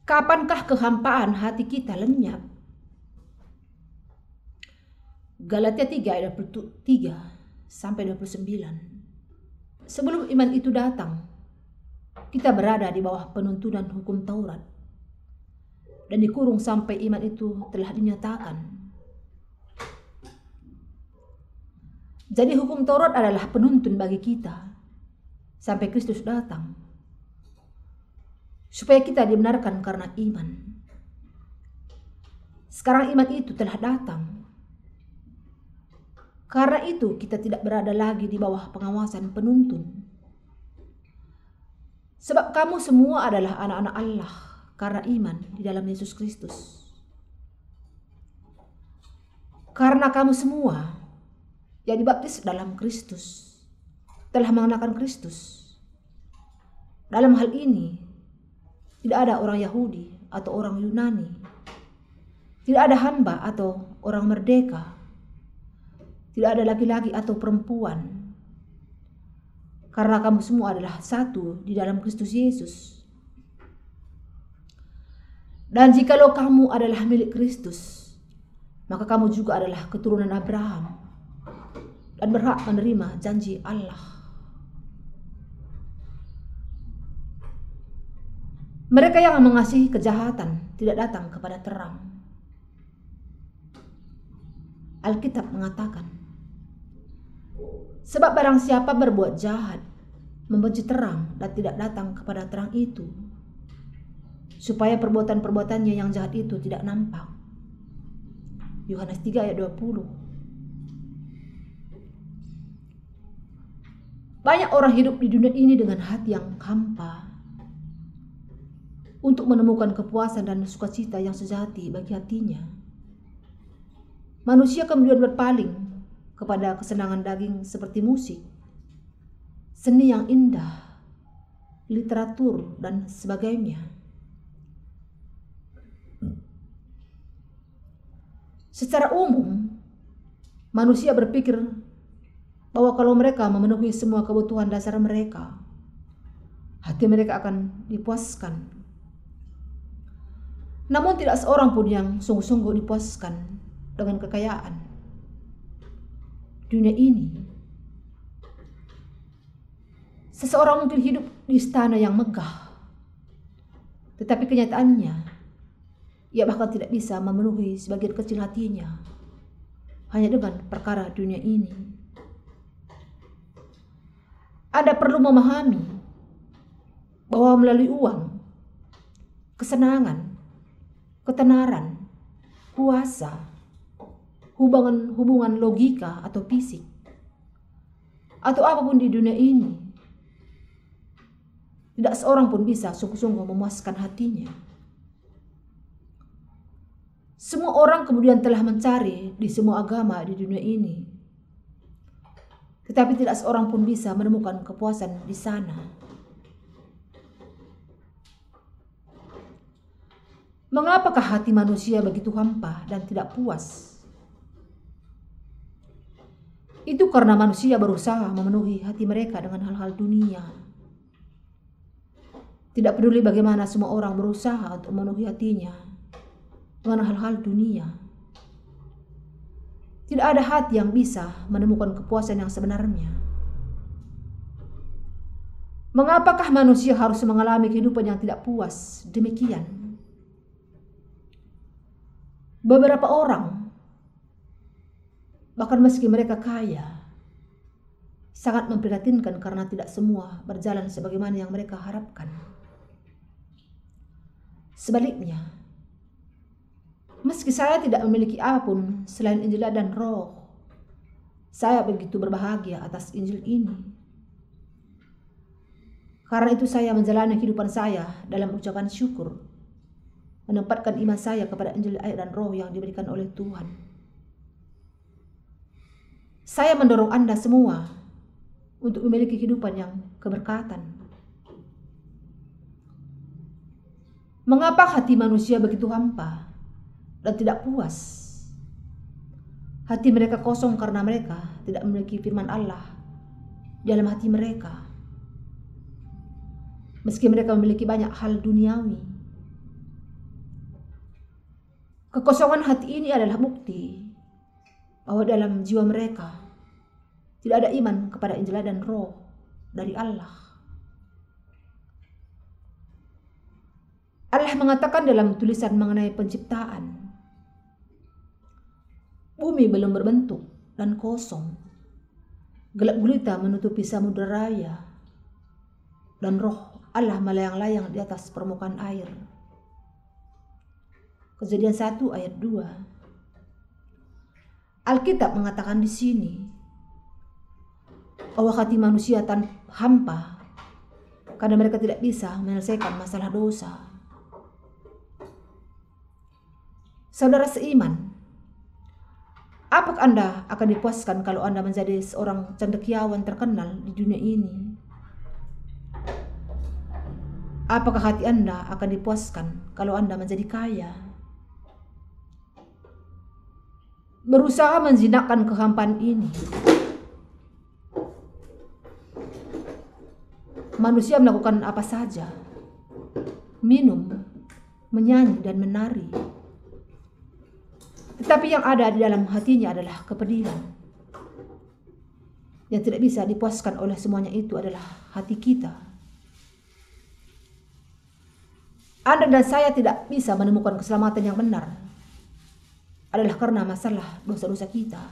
Kapankah kehampaan hati kita lenyap? Galatia 3 ayat 23 sampai 29. Sebelum iman itu datang, kita berada di bawah penuntunan hukum Taurat dan dikurung sampai iman itu telah dinyatakan. Jadi hukum Taurat adalah penuntun bagi kita sampai Kristus datang, supaya kita dibenarkan karena iman. Sekarang iman itu telah datang. Karena itu kita tidak berada lagi di bawah pengawasan penuntun. Sebab kamu semua adalah anak-anak Allah karena iman di dalam Yesus Kristus. Karena kamu semua yang dibaptis dalam Kristus telah mengenakan Kristus. Dalam hal ini tidak ada orang Yahudi atau orang Yunani, tidak ada hamba atau orang merdeka, tidak ada laki-laki atau perempuan, karena kamu semua adalah satu di dalam Kristus Yesus. Dan jikalau kamu adalah milik Kristus, maka kamu juga adalah keturunan Abraham dan berhak menerima janji Allah. Mereka yang mengasihi kejahatan tidak datang kepada terang. Alkitab mengatakan, sebab barang siapa berbuat jahat, membenci terang dan tidak datang kepada terang itu, supaya perbuatan-perbuatannya yang jahat itu tidak nampak. Yohanes 3 ayat 20. Banyak orang hidup di dunia ini dengan hati yang hampa untuk menemukan kepuasan dan sukacita yang sejati bagi hatinya. Manusia kemudian berpaling kepada kesenangan daging seperti musik, seni yang indah, literatur, dan sebagainya. Secara umum, manusia berpikir bahwa kalau mereka memenuhi semua kebutuhan dasar mereka, hati mereka akan dipuaskan. Namun tidak seorang pun yang sungguh-sungguh dipuaskan dengan kekayaan dunia ini. Seseorang mungkin hidup di istana yang megah, tetapi kenyataannya ia bahkan tidak bisa memenuhi sebagian kecil hatinya hanya dengan perkara dunia ini. Anda perlu memahami bahwa melalui uang, kesenangan, ketenaran, kuasa, hubungan logika atau fisik, atau apapun di dunia ini, tidak seorang pun bisa sungguh-sungguh memuaskan hatinya. Semua orang kemudian telah mencari di semua agama di dunia ini, tetapi tidak seorang pun bisa menemukan kepuasan di sana. Mengapakah hati manusia begitu hampa dan tidak puas? Itu karena manusia berusaha memenuhi hati mereka dengan hal-hal dunia. Tidak peduli bagaimana semua orang berusaha untuk memenuhi hatinya dengan hal-hal dunia. Tidak ada hati yang bisa menemukan kepuasan yang sebenarnya. Mengapakah manusia harus mengalami kehidupan yang tidak puas demikian? Beberapa orang, bahkan meski mereka kaya, sangat memprihatinkan karena tidak semua berjalan sebagaimana yang mereka harapkan. Sebaliknya, meski saya tidak memiliki apapun selain Injil dan Roh, saya begitu berbahagia atas Injil ini. Karena itu saya menjalani kehidupan saya dalam ucapan syukur, menempatkan iman saya kepada Injil, ayat, dan Roh yang diberikan oleh Tuhan. Saya mendorong Anda semua untuk memiliki kehidupan yang keberkatan. Mengapa hati manusia begitu hampa dan tidak puas? Hati mereka kosong karena mereka tidak memiliki firman Allah di dalam hati mereka. Meski mereka memiliki banyak hal duniawi, Kekosongan hati ini adalah bukti bahwa dalam jiwa mereka tidak ada iman kepada Injil dan Roh dari Allah. Allah mengatakan dalam tulisan mengenai penciptaan, bumi belum berbentuk dan kosong, gelap gulita menutupi samudera raya, dan Roh Allah melayang-layang di atas permukaan air. Kejadian 1 ayat 2. Alkitab mengatakan di sini bahwa hati manusia hampa karena mereka tidak bisa menyelesaikan masalah dosa. Saudara seiman, apakah Anda akan dipuaskan kalau Anda menjadi seorang cendekiawan terkenal di dunia ini? Apakah hati Anda akan dipuaskan kalau Anda menjadi kaya? Berusaha menjinakkan kehampaan ini. Manusia melakukan apa saja, minum, menyanyi, dan menari. Tetapi yang ada di dalam hatinya adalah kepedihan. Yang tidak bisa dipuaskan oleh semuanya itu adalah hati kita. Anda dan saya tidak bisa menemukan keselamatan yang benar adalah karena masalah dosa-dosa kita.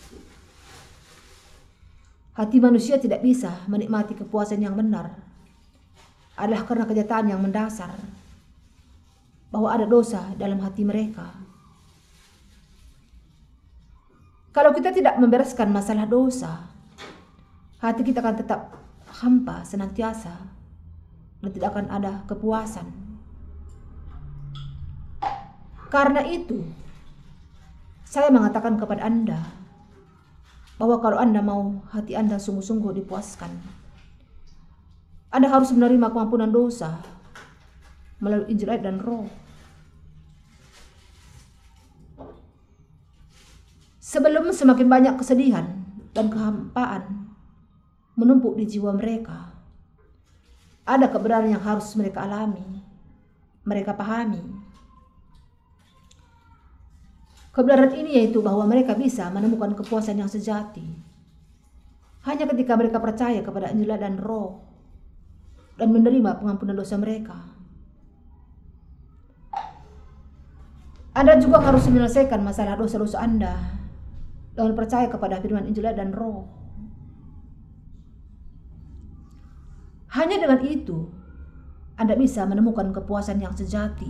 Hati manusia tidak bisa menikmati kepuasan yang benar adalah karena kenyataan yang mendasar bahwa ada dosa dalam hati mereka. Kalau kita tidak membereskan masalah dosa, hati kita akan tetap hampa senantiasa dan tidak akan ada kepuasan. Karena itu, saya mengatakan kepada Anda bahwa kalau Anda mau hati Anda sungguh-sungguh dipuaskan, Anda harus menerima pengampunan dosa melalui Injil dan Roh. Sebelum semakin banyak kesedihan dan kehampaan menumpuk di jiwa mereka, ada kebenaran yang harus mereka alami, mereka pahami. Kebenaran ini yaitu bahwa mereka bisa menemukan kepuasan yang sejati hanya ketika mereka percaya kepada Injil dan Roh dan menerima pengampunan dosa mereka. Anda juga harus menyelesaikan masalah dosa-dosa Anda dengan percaya kepada firman Injil dan Roh. Hanya dengan itu, Anda bisa menemukan kepuasan yang sejati.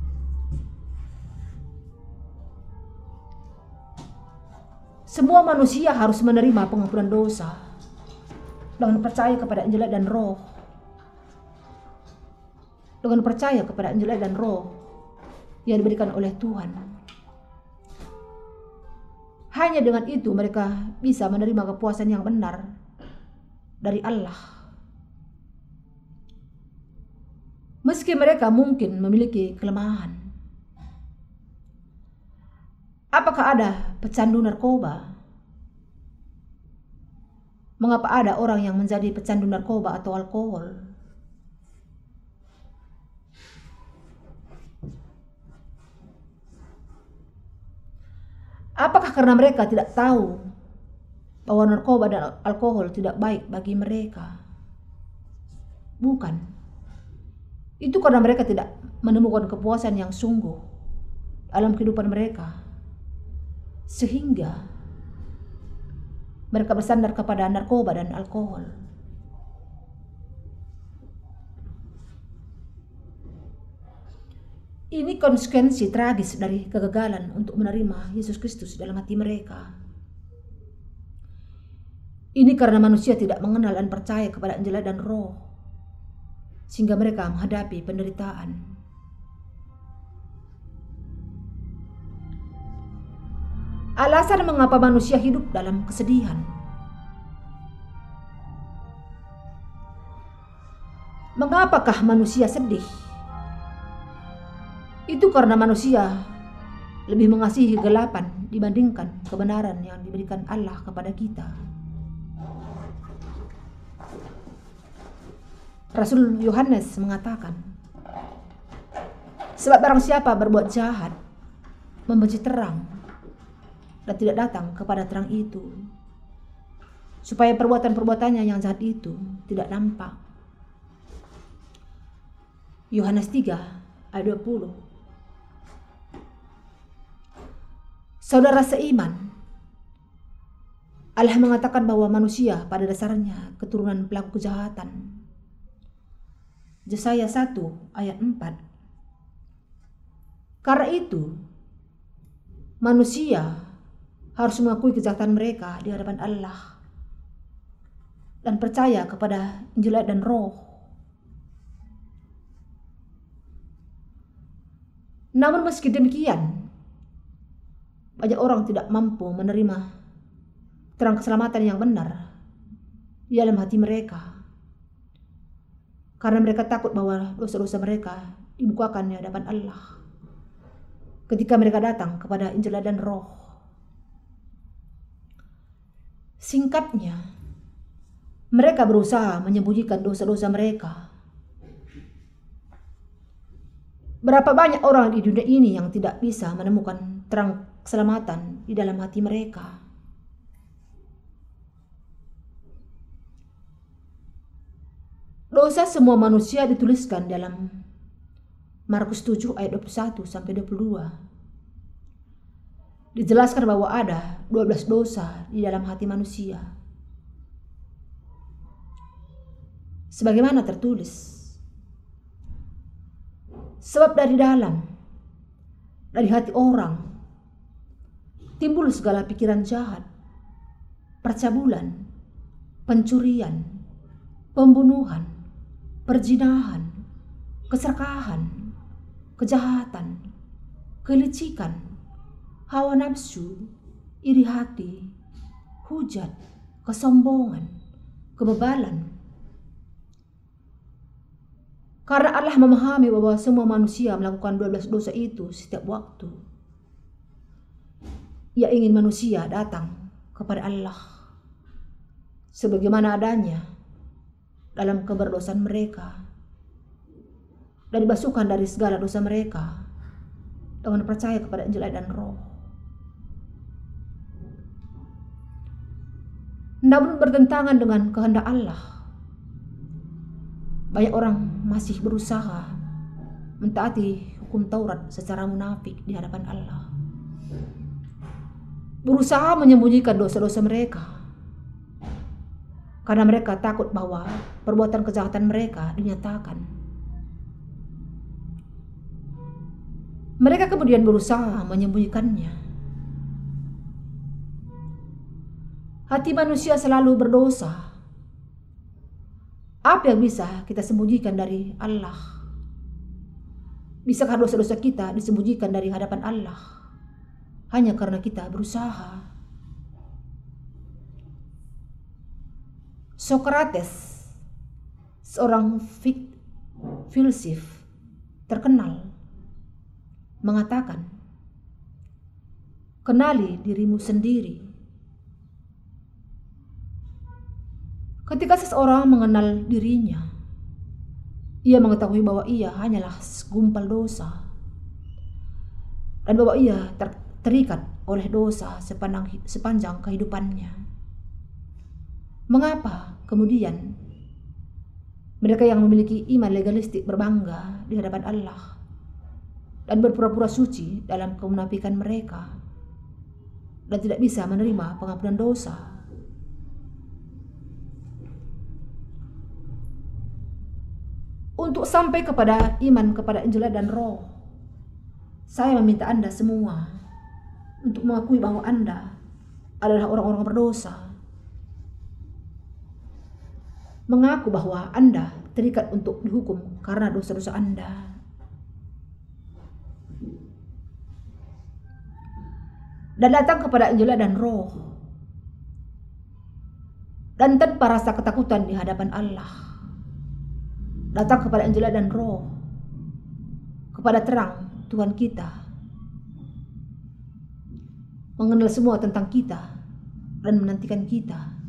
Semua manusia harus menerima pengampunan dosa dengan percaya kepada Injil dan Roh. Dengan percaya kepada Injil dan Roh yang diberikan oleh Tuhan. Hanya dengan itu mereka bisa menerima kepuasan yang benar dari Allah. Meski mereka mungkin memiliki kelemahan. Apakah ada pecandu narkoba? Mengapa ada orang yang menjadi pecandu narkoba atau alkohol? Apakah karena mereka tidak tahu bahwa narkoba dan alkohol tidak baik bagi mereka? Bukan. Itu karena mereka tidak menemukan kepuasan yang sungguh dalam kehidupan mereka. Sehingga mereka bersandar kepada narkoba dan alkohol. Ini konsekuensi tragis dari kegagalan untuk menerima Yesus Kristus dalam hati mereka. Ini karena manusia tidak mengenal dan percaya kepada Injil dan Roh, sehingga mereka menghadapi penderitaan. Alasan mengapa manusia hidup dalam kesedihan. Mengapakah manusia sedih? Itu karena manusia lebih mengasihi kegelapan dibandingkan kebenaran yang diberikan Allah kepada kita. Rasul Yohanes mengatakan, sebab barang siapa berbuat jahat, membenci terang dan tidak datang kepada terang itu, supaya perbuatan-perbuatannya yang jahat itu tidak nampak. Yohanes 3 ayat 20. Saudara seiman, Allah mengatakan bahwa manusia pada dasarnya keturunan pelaku kejahatan. Yesaya 1 ayat 4. Karena itu, manusia harus mengakui kejahatan mereka di hadapan Allah dan percaya kepada Injil dan Roh. Namun meski demikian, banyak orang tidak mampu menerima terang keselamatan yang benar di dalam hati mereka, karena mereka takut bahwa dosa-dosa mereka dibukakan di hadapan Allah ketika mereka datang kepada Injil dan Roh. Singkatnya, mereka berusaha menyembunyikan dosa-dosa mereka. Berapa banyak orang di dunia ini yang tidak bisa menemukan terang keselamatan di dalam hati mereka? Dosa semua manusia dituliskan dalam Markus 7 ayat 21 sampai 22. Dijelaskan bahwa ada 12 dosa di dalam hati manusia. Sebagaimana tertulis, sebab dari hati orang timbul segala pikiran jahat, percabulan, pencurian, pembunuhan, perzinahan, keserakahan, kejahatan, kelicikan, hawa nafsu, iri hati, hujat, kesombongan, kebebalan. Karena Allah memahami bahwa semua manusia melakukan 12 dosa itu setiap waktu, Ia ingin manusia datang kepada Allah sebagaimana adanya dalam keberdosaan mereka dan dibasuhkan dari segala dosa mereka dengan percaya kepada Injil dan Roh. Namun bertentangan dengan kehendak Allah, banyak orang masih berusaha mentaati hukum Taurat secara munafik di hadapan Allah, berusaha menyembunyikan dosa-dosa mereka karena mereka takut bahwa perbuatan kejahatan mereka dinyatakan. Mereka kemudian berusaha menyembunyikannya. Hati manusia selalu berdosa. Apa yang bisa kita sembunyikan dari Allah? Bisakah dosa-dosa kita disembunyikan dari hadapan Allah hanya karena kita berusaha? Sokrates, seorang filsuf terkenal, mengatakan, "Kenali dirimu sendiri." Ketika seseorang mengenal dirinya, ia mengetahui bahwa ia hanyalah segumpal dosa dan bahwa ia terikat oleh dosa sepanjang kehidupannya. Mengapa kemudian mereka yang memiliki iman legalistik berbangga di hadapan Allah dan berpura-pura suci dalam kemunafikan mereka dan tidak bisa menerima pengampunan dosa? Untuk sampai kepada iman kepada Injil dan Roh, saya meminta Anda semua untuk mengakui bahwa Anda adalah orang-orang berdosa. Mengaku bahwa Anda terikat untuk dihukum karena dosa-dosa Anda. Dan datang kepada Injil dan Roh. Dan tanpa rasa ketakutan di hadapan Allah. Datang kepada Injil dan Roh. Kepada terang Tuhan kita. Mengenal semua tentang kita dan menantikan kita.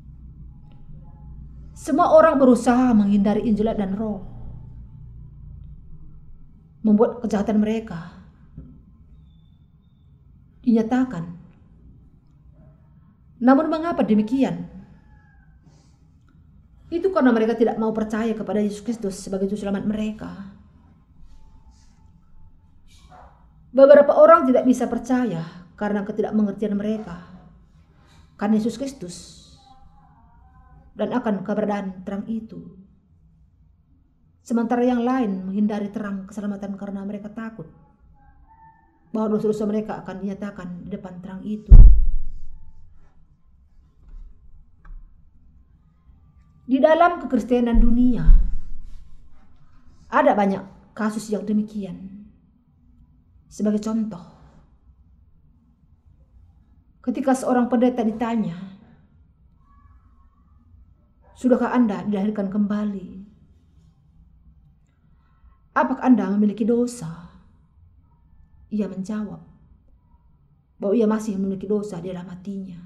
Semua orang berusaha menghindari Injil dan Roh. membuat kejahatan mereka dinyatakan. Namun mengapa demikian? Itu karena mereka tidak mau percaya kepada Yesus Kristus sebagai juru selamat mereka. Beberapa orang tidak bisa percaya karena ketidakmengertian mereka karena Yesus Kristus dan akan keberadaan terang itu. Sementara yang lain menghindari terang keselamatan karena mereka takut bahwa dosa-dosa mereka akan dinyatakan di depan terang itu. Di dalam kekristenan dunia ada banyak kasus yang demikian. Sebagai contoh, ketika seorang pendeta ditanya, "Sudahkah Anda dilahirkan kembali? Apakah Anda memiliki dosa?" Ia menjawab bahwa ia masih memiliki dosa di dalam hatinya.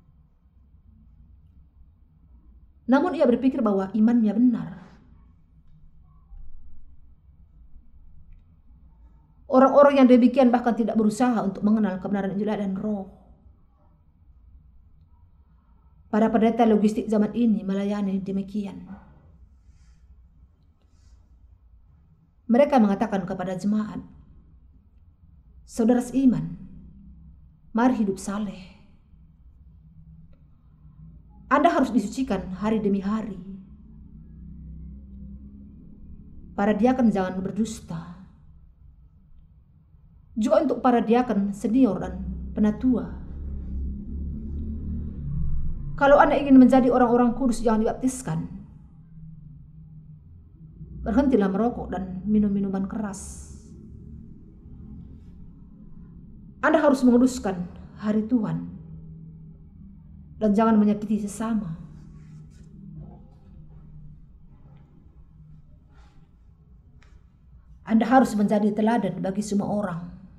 Namun ia berpikir bahwa imannya benar. Orang-orang yang demikian bahkan tidak berusaha untuk mengenal kebenaran Injil dan Roh. Para pendeta logistik zaman ini melayani demikian. Mereka mengatakan kepada jemaat, "Saudara seiman, mari hidup saleh. Anda harus disucikan hari demi hari. Para diaken jangan berdusta. Juga untuk para diaken senior dan penatua. Kalau Anda ingin menjadi orang-orang kudus yang dibaptiskan, berhentilah merokok dan minum minuman keras. Anda harus menguduskan hari Tuhan dan jangan menyakiti sesama. Anda harus menjadi teladan bagi semua orang."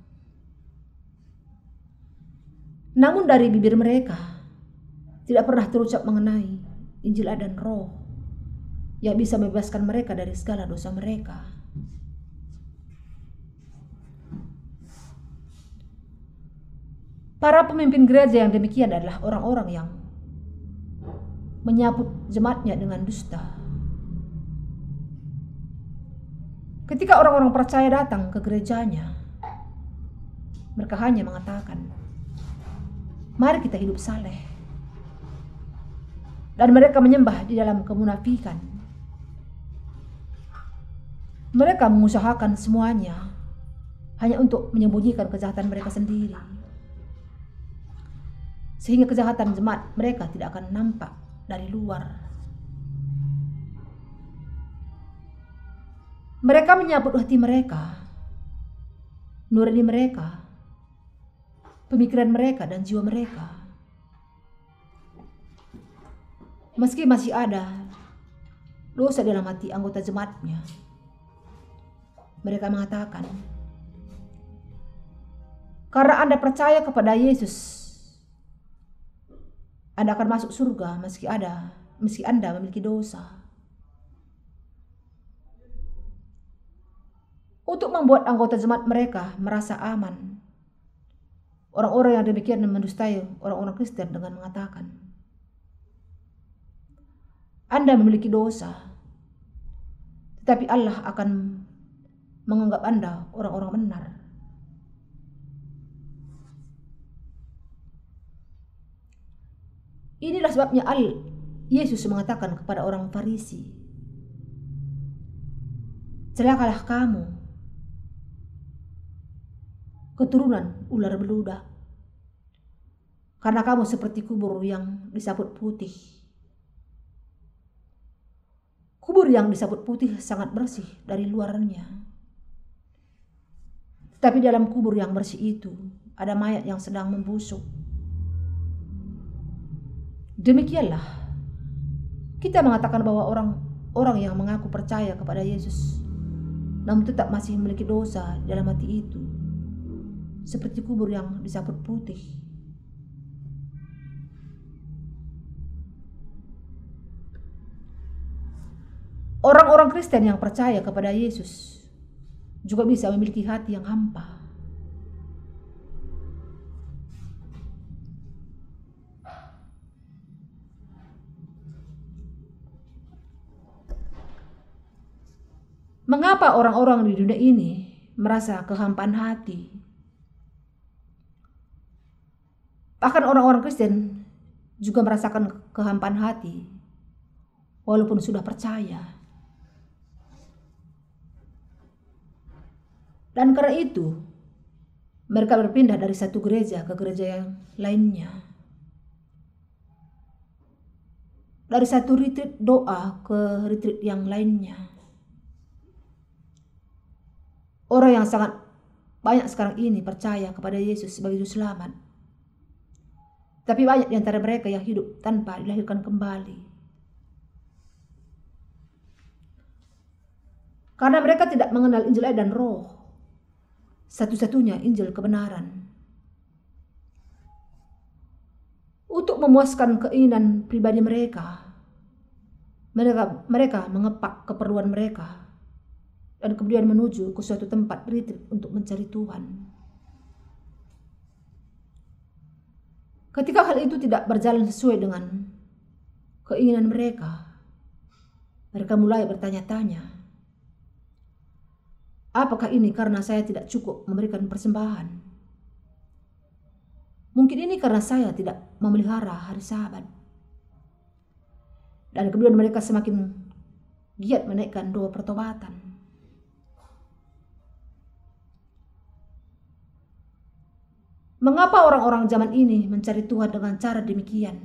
Namun dari bibir mereka tidak pernah terucap mengenai Injil dan Roh yang bisa membebaskan mereka dari segala dosa mereka. Para pemimpin gereja yang demikian adalah orang-orang yang menyambut jemaatnya dengan dusta. Ketika orang-orang percaya datang ke gerejanya, mereka hanya mengatakan, "Mari kita hidup saleh." Dan mereka menyembah di dalam kemunafikan. Mereka mengusahakan semuanya hanya untuk menyembunyikan kejahatan mereka sendiri. Sehingga kejahatan jemaat mereka tidak akan nampak dari luar. Mereka menyambut hati mereka, nurani mereka, pemikiran mereka dan jiwa mereka. Meski masih ada dosa dalam hati anggota jemaatnya, mereka mengatakan, "Karena Anda percaya kepada Yesus, Anda akan masuk surga meski Anda memiliki dosa." Untuk membuat anggota jemaat mereka merasa aman, orang-orang yang demikian mendustai orang-orang Kristen dengan mengatakan, "Anda memiliki dosa, tetapi Allah akan menganggap Anda orang-orang benar." Inilah sebabnya Yesus mengatakan kepada orang Farisi, "Celakalah kamu, keturunan ular beludak, karena kamu seperti kubur yang disaput putih. Kubur yang disaput putih sangat bersih dari luarnya, tetapi dalam kubur yang bersih itu ada mayat yang sedang membusuk. Demikianlah kita mengatakan bahwa orang yang mengaku percaya kepada Yesus namun tetap masih memiliki dosa dalam hati itu seperti kubur yang disaput putih. Orang-orang Kristen yang percaya kepada Yesus juga bisa memiliki hati yang hampa. Mengapa orang-orang di dunia ini merasa kehampaan hati? Bahkan orang-orang Kristen juga merasakan kehampaan hati walaupun sudah percaya. Dan karena itu, mereka berpindah dari satu gereja ke gereja yang lainnya. Dari satu retreat doa ke retreat yang lainnya. Orang yang sangat banyak sekarang ini percaya kepada Yesus sebagai Juru Selamat. Tapi banyak di antara mereka yang hidup tanpa dilahirkan kembali. Karena mereka tidak mengenal Injil Air dan Roh. Satu-satunya Injil kebenaran. Untuk memuaskan keinginan pribadi mereka mengepak keperluan mereka dan kemudian menuju ke suatu tempat retreat untuk mencari Tuhan. Ketika hal itu tidak berjalan sesuai dengan keinginan mereka mulai bertanya-tanya, apakah ini karena saya tidak cukup memberikan persembahan? Mungkin ini karena saya tidak memelihara hari Sabat. Dan kemudian mereka semakin giat menaikkan doa pertobatan. Mengapa orang-orang zaman ini mencari Tuhan dengan cara demikian?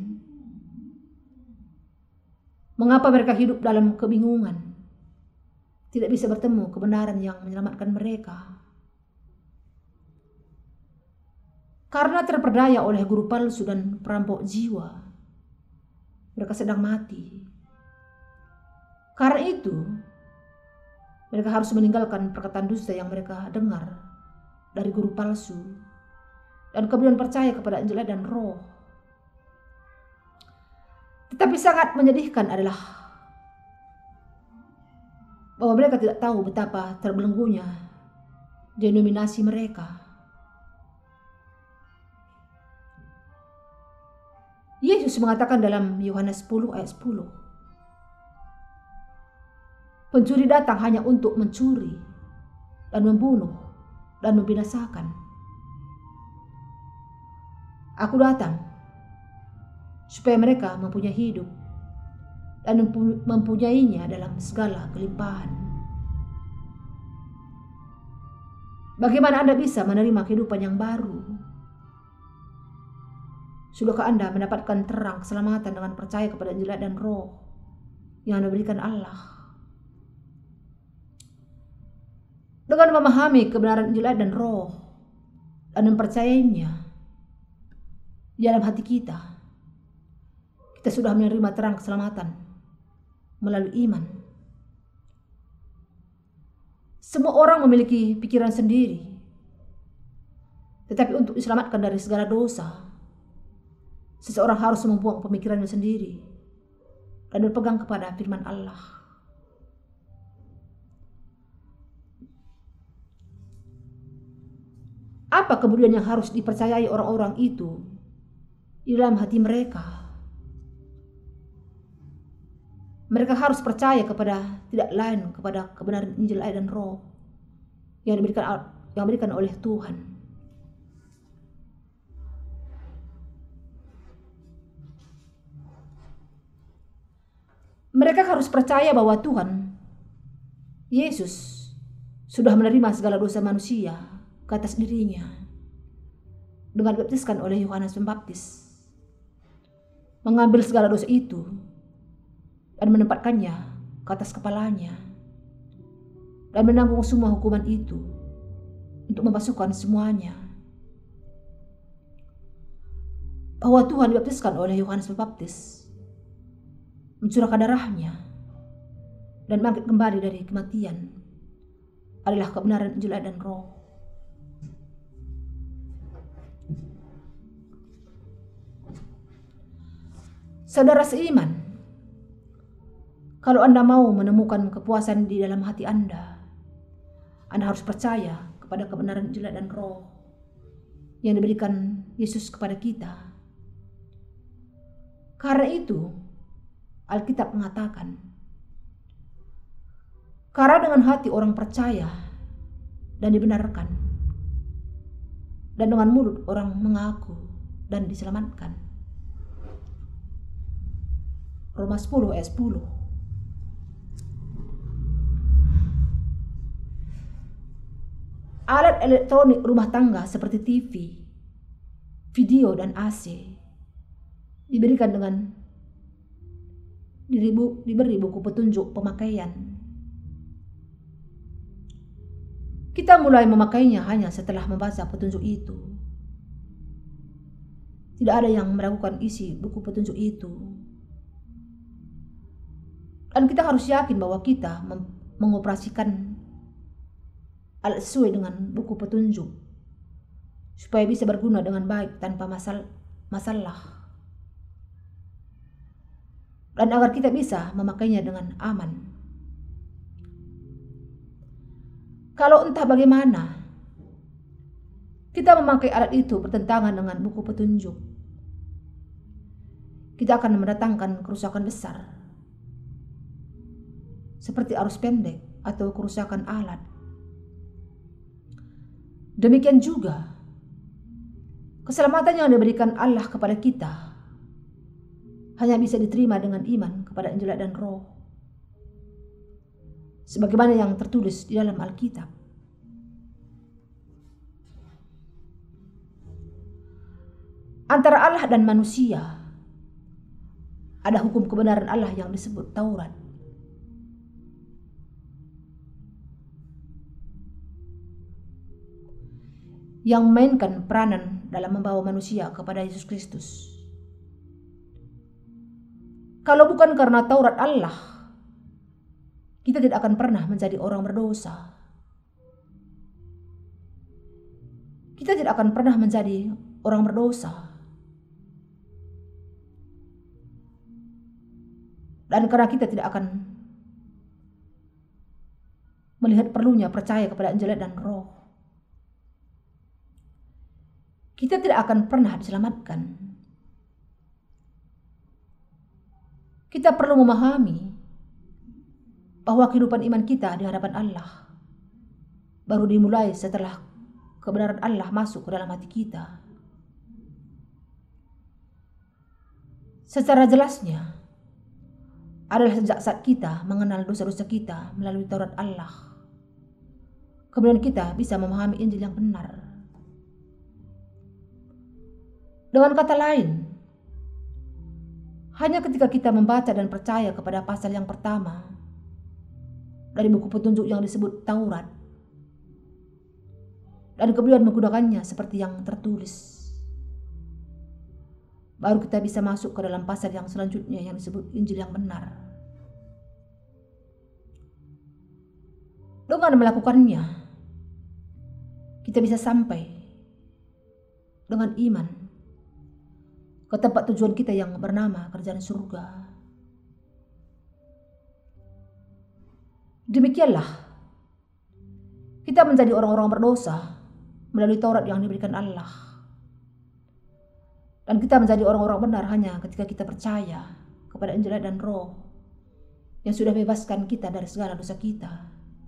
Mengapa mereka hidup dalam kebingungan? Tidak bisa bertemu kebenaran yang menyelamatkan mereka. Karena terperdaya oleh guru palsu dan perampok jiwa, mereka sedang mati. Karena itu, mereka harus meninggalkan perkataan dusta yang mereka dengar dari guru palsu dan kemudian percaya kepada Injil dan Roh. Tetapi sangat menyedihkan adalah bahwa mereka tidak tahu betapa terbelenggunya denominasi mereka. Yesus mengatakan dalam Yohanes 10 ayat 10, pencuri datang hanya untuk mencuri dan membunuh dan membinasakan. Aku datang supaya mereka mempunyai hidup dan mempunyainya dalam segala kelimpahan. Bagaimana Anda bisa menerima kehidupan yang baru? Sudahkah Anda mendapatkan terang keselamatan dengan percaya kepada Injil dan Roh yang diberikan Allah? Dengan memahami kebenaran Injil dan Roh dan mempercayainya di dalam hati kita sudah menerima terang keselamatan melalui iman. Semua orang memiliki pikiran sendiri, tetapi untuk diselamatkan dari segala dosa, seseorang harus membuang pemikirannya sendiri dan berpegang kepada firman Allah. Apa kemudian yang harus dipercayai orang-orang itu di dalam hati mereka? Mereka harus percaya kepada tidak lain kepada kebenaran Injil Air dan Roh yang diberikan oleh Tuhan. Mereka harus percaya bahwa Tuhan Yesus sudah menerima segala dosa manusia ke atas dirinya dengan dibaptiskan oleh Yohanes Pembaptis, mengambil segala dosa itu dan menempatkannya ke atas kepalanya dan menanggung semua hukuman itu untuk membasuhkan semuanya. Bahwa Tuhan dibaptiskan oleh Yohanes Pembaptis, mencurahkan darahnya dan bangkit kembali dari kematian adalah kebenaran Injil dan Roh. Saudara seiman, kalau Anda mau menemukan kepuasan di dalam hati Anda Anda harus percaya kepada kebenaran Injil dan Roh yang diberikan Yesus kepada kita. Karena itu, Alkitab mengatakan, karena dengan hati orang percaya dan dibenarkan, dan dengan mulut orang mengaku dan diselamatkan. Roma 10 ayat 10. Alat elektronik rumah tangga seperti TV, video, dan AC diberikan dengan diberi buku petunjuk pemakaian. Kita mulai memakainya hanya setelah membaca petunjuk itu. Tidak ada yang meragukan isi buku petunjuk itu. Dan kita harus yakin bahwa kita mengoperasikan alat sesuai dengan buku petunjuk supaya bisa berguna dengan baik tanpa masalah. Dan agar kita bisa memakainya dengan aman. Kalau entah bagaimana kita memakai alat itu bertentangan dengan buku petunjuk, kita akan mendatangkan kerusakan besar seperti arus pendek atau kerusakan alat. Demikian juga keselamatan yang diberikan Allah kepada kita hanya bisa diterima dengan iman kepada Injil dan Roh, sebagaimana yang tertulis di dalam Alkitab. Antara Allah dan manusia ada hukum kebenaran Allah yang disebut Taurat. Yang memainkan peranan dalam membawa manusia kepada Yesus Kristus. Kalau bukan karena Taurat Allah, kita tidak akan pernah menjadi orang berdosa. Kita tidak akan pernah menjadi orang berdosa. Dan karena kita tidak akan melihat perlunya percaya kepada Injil dan Roh, kita tidak akan pernah diselamatkan. Kita perlu memahami bahwa kehidupan iman kita di hadapan Allah baru dimulai setelah kebenaran Allah masuk ke dalam hati kita. Secara jelasnya adalah sejak saat kita mengenal dosa-dosa kita melalui Taurat Allah, kemudian kita bisa memahami Injil yang benar. Dengan kata lain, hanya ketika kita membaca dan percaya kepada pasal yang pertama dari buku petunjuk yang disebut Taurat, dan kemudian menggunakannya seperti yang tertulis, baru kita bisa masuk ke dalam pasal yang selanjutnya yang disebut Injil yang benar. Dengan melakukannya, kita bisa sampai dengan iman ke tempat tujuan kita yang bernama kerajaan surga. Demikianlah kita menjadi orang-orang berdosa melalui Taurat yang diberikan Allah. Dan kita menjadi orang-orang benar hanya ketika kita percaya kepada Injil dan Roh yang sudah bebaskan kita dari segala dosa kita.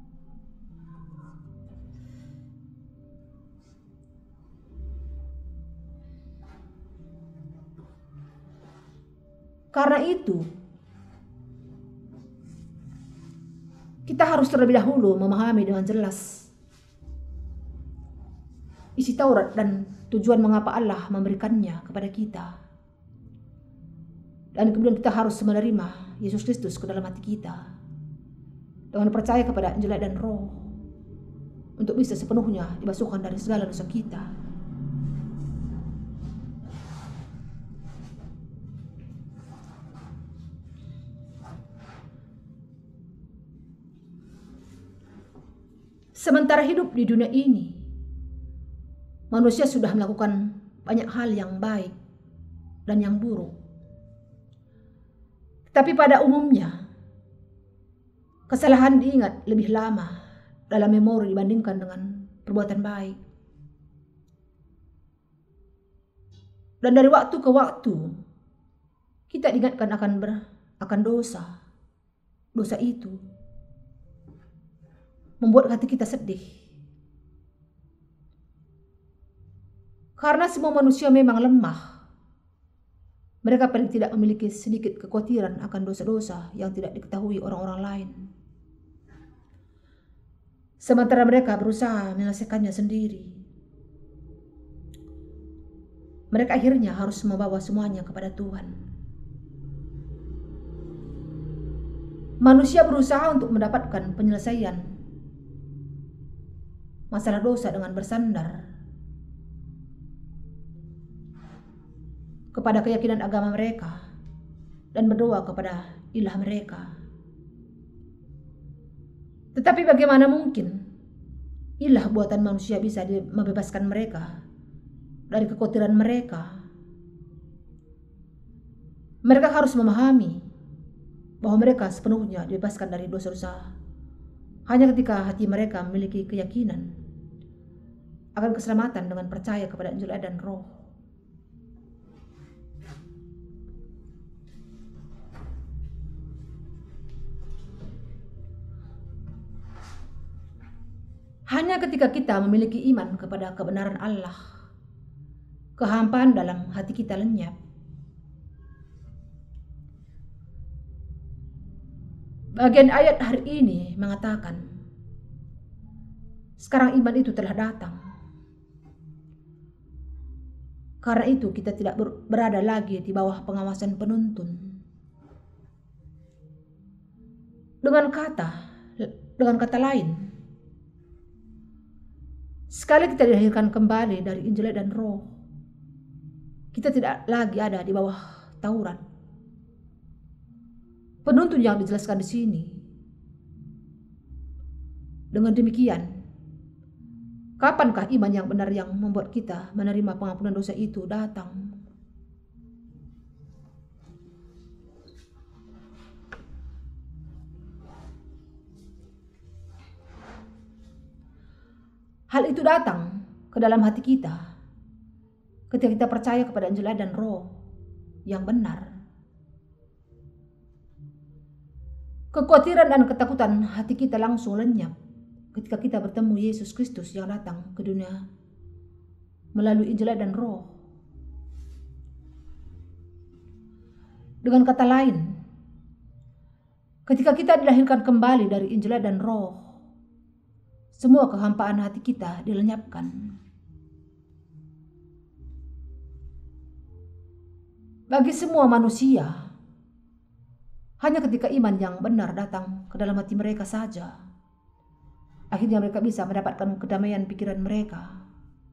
Karena itu, kita harus terlebih dahulu memahami dengan jelas isi Taurat dan tujuan mengapa Allah memberikannya kepada kita. Dan kemudian kita harus menerima Yesus Kristus ke dalam hati kita dengan percaya kepada Injil dan Roh untuk bisa sepenuhnya dibasuhkan dari segala dosa kita. Sementara hidup di dunia ini, manusia sudah melakukan banyak hal yang baik dan yang buruk. Tapi pada umumnya, kesalahan diingat lebih lama dalam memori dibandingkan dengan perbuatan baik. Dan dari waktu ke waktu kita diingatkan akan dosa. Dosa itu membuat hati kita sedih. Karena semua manusia memang lemah. Mereka paling tidak memiliki sedikit kekhawatiran akan dosa-dosa yang tidak diketahui orang-orang lain. Sementara mereka berusaha menyelesaikannya sendiri. Mereka akhirnya harus membawa semuanya kepada Tuhan. Manusia berusaha untuk mendapatkan penyelesaian masalah dosa dengan bersandar kepada keyakinan agama mereka dan berdoa kepada ilah mereka. Tetapi bagaimana mungkin ilah buatan manusia bisa membebaskan mereka dari kekhawatiran mereka? Mereka harus memahami bahwa mereka sepenuhnya dibebaskan dari dosa-dosa hanya ketika hati mereka memiliki keyakinan akan keselamatan dengan percaya kepada Injil dan Roh. Hanya ketika kita memiliki iman kepada kebenaran Allah, kehampaan dalam hati kita lenyap. Bagian ayat hari ini mengatakan, sekarang iman itu telah datang. Karena itu kita tidak berada lagi di bawah pengawasan penuntun. Dengan kata lain, sekali kita dilahirkan kembali dari Injil dan Roh, kita tidak lagi ada di bawah Taurat. Penuntun yang dijelaskan di sini. Dengan demikian, kapankah iman yang benar yang membuat kita menerima pengampunan dosa itu datang? Hal itu datang ke dalam hati kita ketika kita percaya kepada Injil dan Roh yang benar. Kekhawatiran dan ketakutan hati kita langsung lenyap ketika kita bertemu Yesus Kristus yang datang ke dunia melalui Injil dan Roh. Dengan kata lain, ketika kita dilahirkan kembali dari Injil dan Roh, semua kehampaan hati kita dilenyapkan. Bagi semua manusia, hanya ketika iman yang benar datang ke dalam hati mereka saja, akhirnya mereka bisa mendapatkan kedamaian pikiran mereka.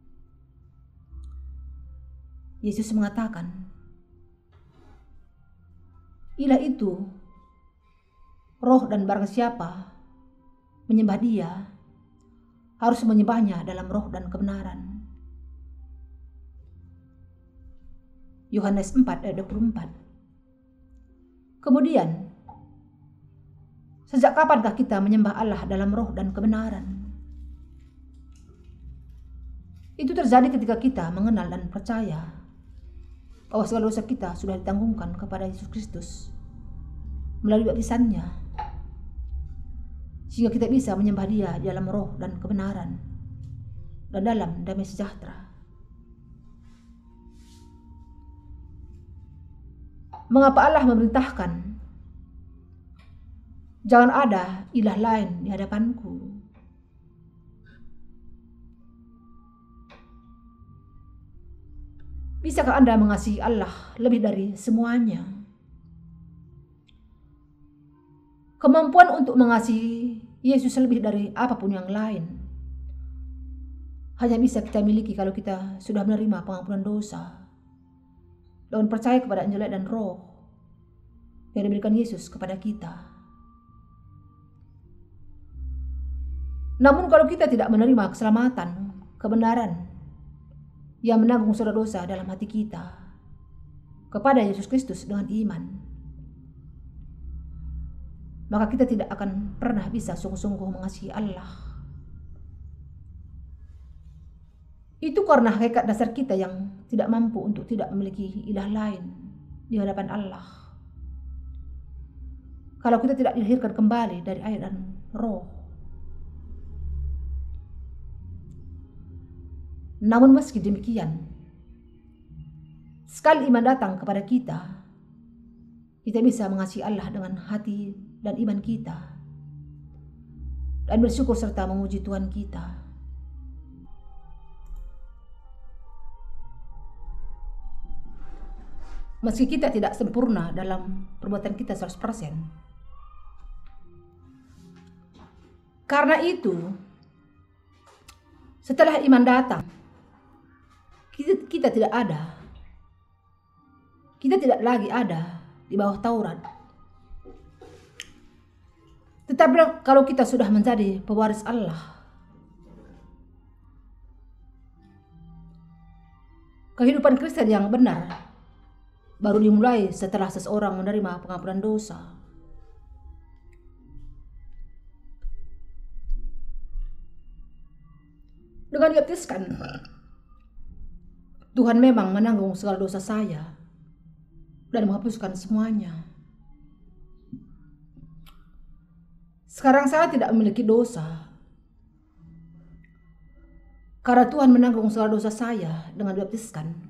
Yesus mengatakan, ilah itu roh dan barang siapa menyembah dia, harus menyembahnya dalam roh dan kebenaran. Yohanes 4 ayat 24. Kemudian, sejak kapankah kita menyembah Allah dalam roh dan kebenaran? Itu terjadi ketika kita mengenal dan percaya bahwa segala dosa kita sudah ditanggungkan kepada Yesus Kristus melalui baptisannya, sehingga kita bisa menyembah Dia dalam roh dan kebenaran dan dalam damai sejahtera. Mengapa Allah memerintahkan, jangan ada ilah lain di hadapanku? Bisakah Anda mengasihi Allah lebih dari semuanya? Kemampuan untuk mengasihi Yesus lebih dari apapun yang lain hanya bisa kita miliki kalau kita sudah menerima pengampunan dosa dan percaya kepada Injil dan Roh yang diberikan Yesus kepada kita. Namun kalau kita tidak menerima keselamatan, kebenaran yang menanggung segala dosa dalam hati kita kepada Yesus Kristus dengan iman, maka kita tidak akan pernah bisa sungguh-sungguh mengasihi Allah. Itu karena hakikat dasar kita yang tidak mampu untuk tidak memiliki ilah lain di hadapan Allah. Kalau kita tidak dilahirkan kembali dari air dan roh. Namun meski demikian, sekali iman datang kepada kita bisa mengasihi Allah dengan hati dan iman kita, dan bersyukur serta memuji Tuhan kita. Meski kita tidak sempurna dalam perbuatan kita 100%. Karena itu, setelah iman datang, kita tidak ada. Kita tidak lagi ada di bawah Taurat. Tetapi kalau kita sudah menjadi pewaris Allah, kehidupan Kristen yang benar baru dimulai setelah seseorang menerima pengampunan dosa. Dengan dibaptiskan, Tuhan memang menanggung segala dosa saya dan menghapuskan semuanya. Sekarang saya tidak memiliki dosa, karena Tuhan menanggung segala dosa saya dengan dibaptiskan.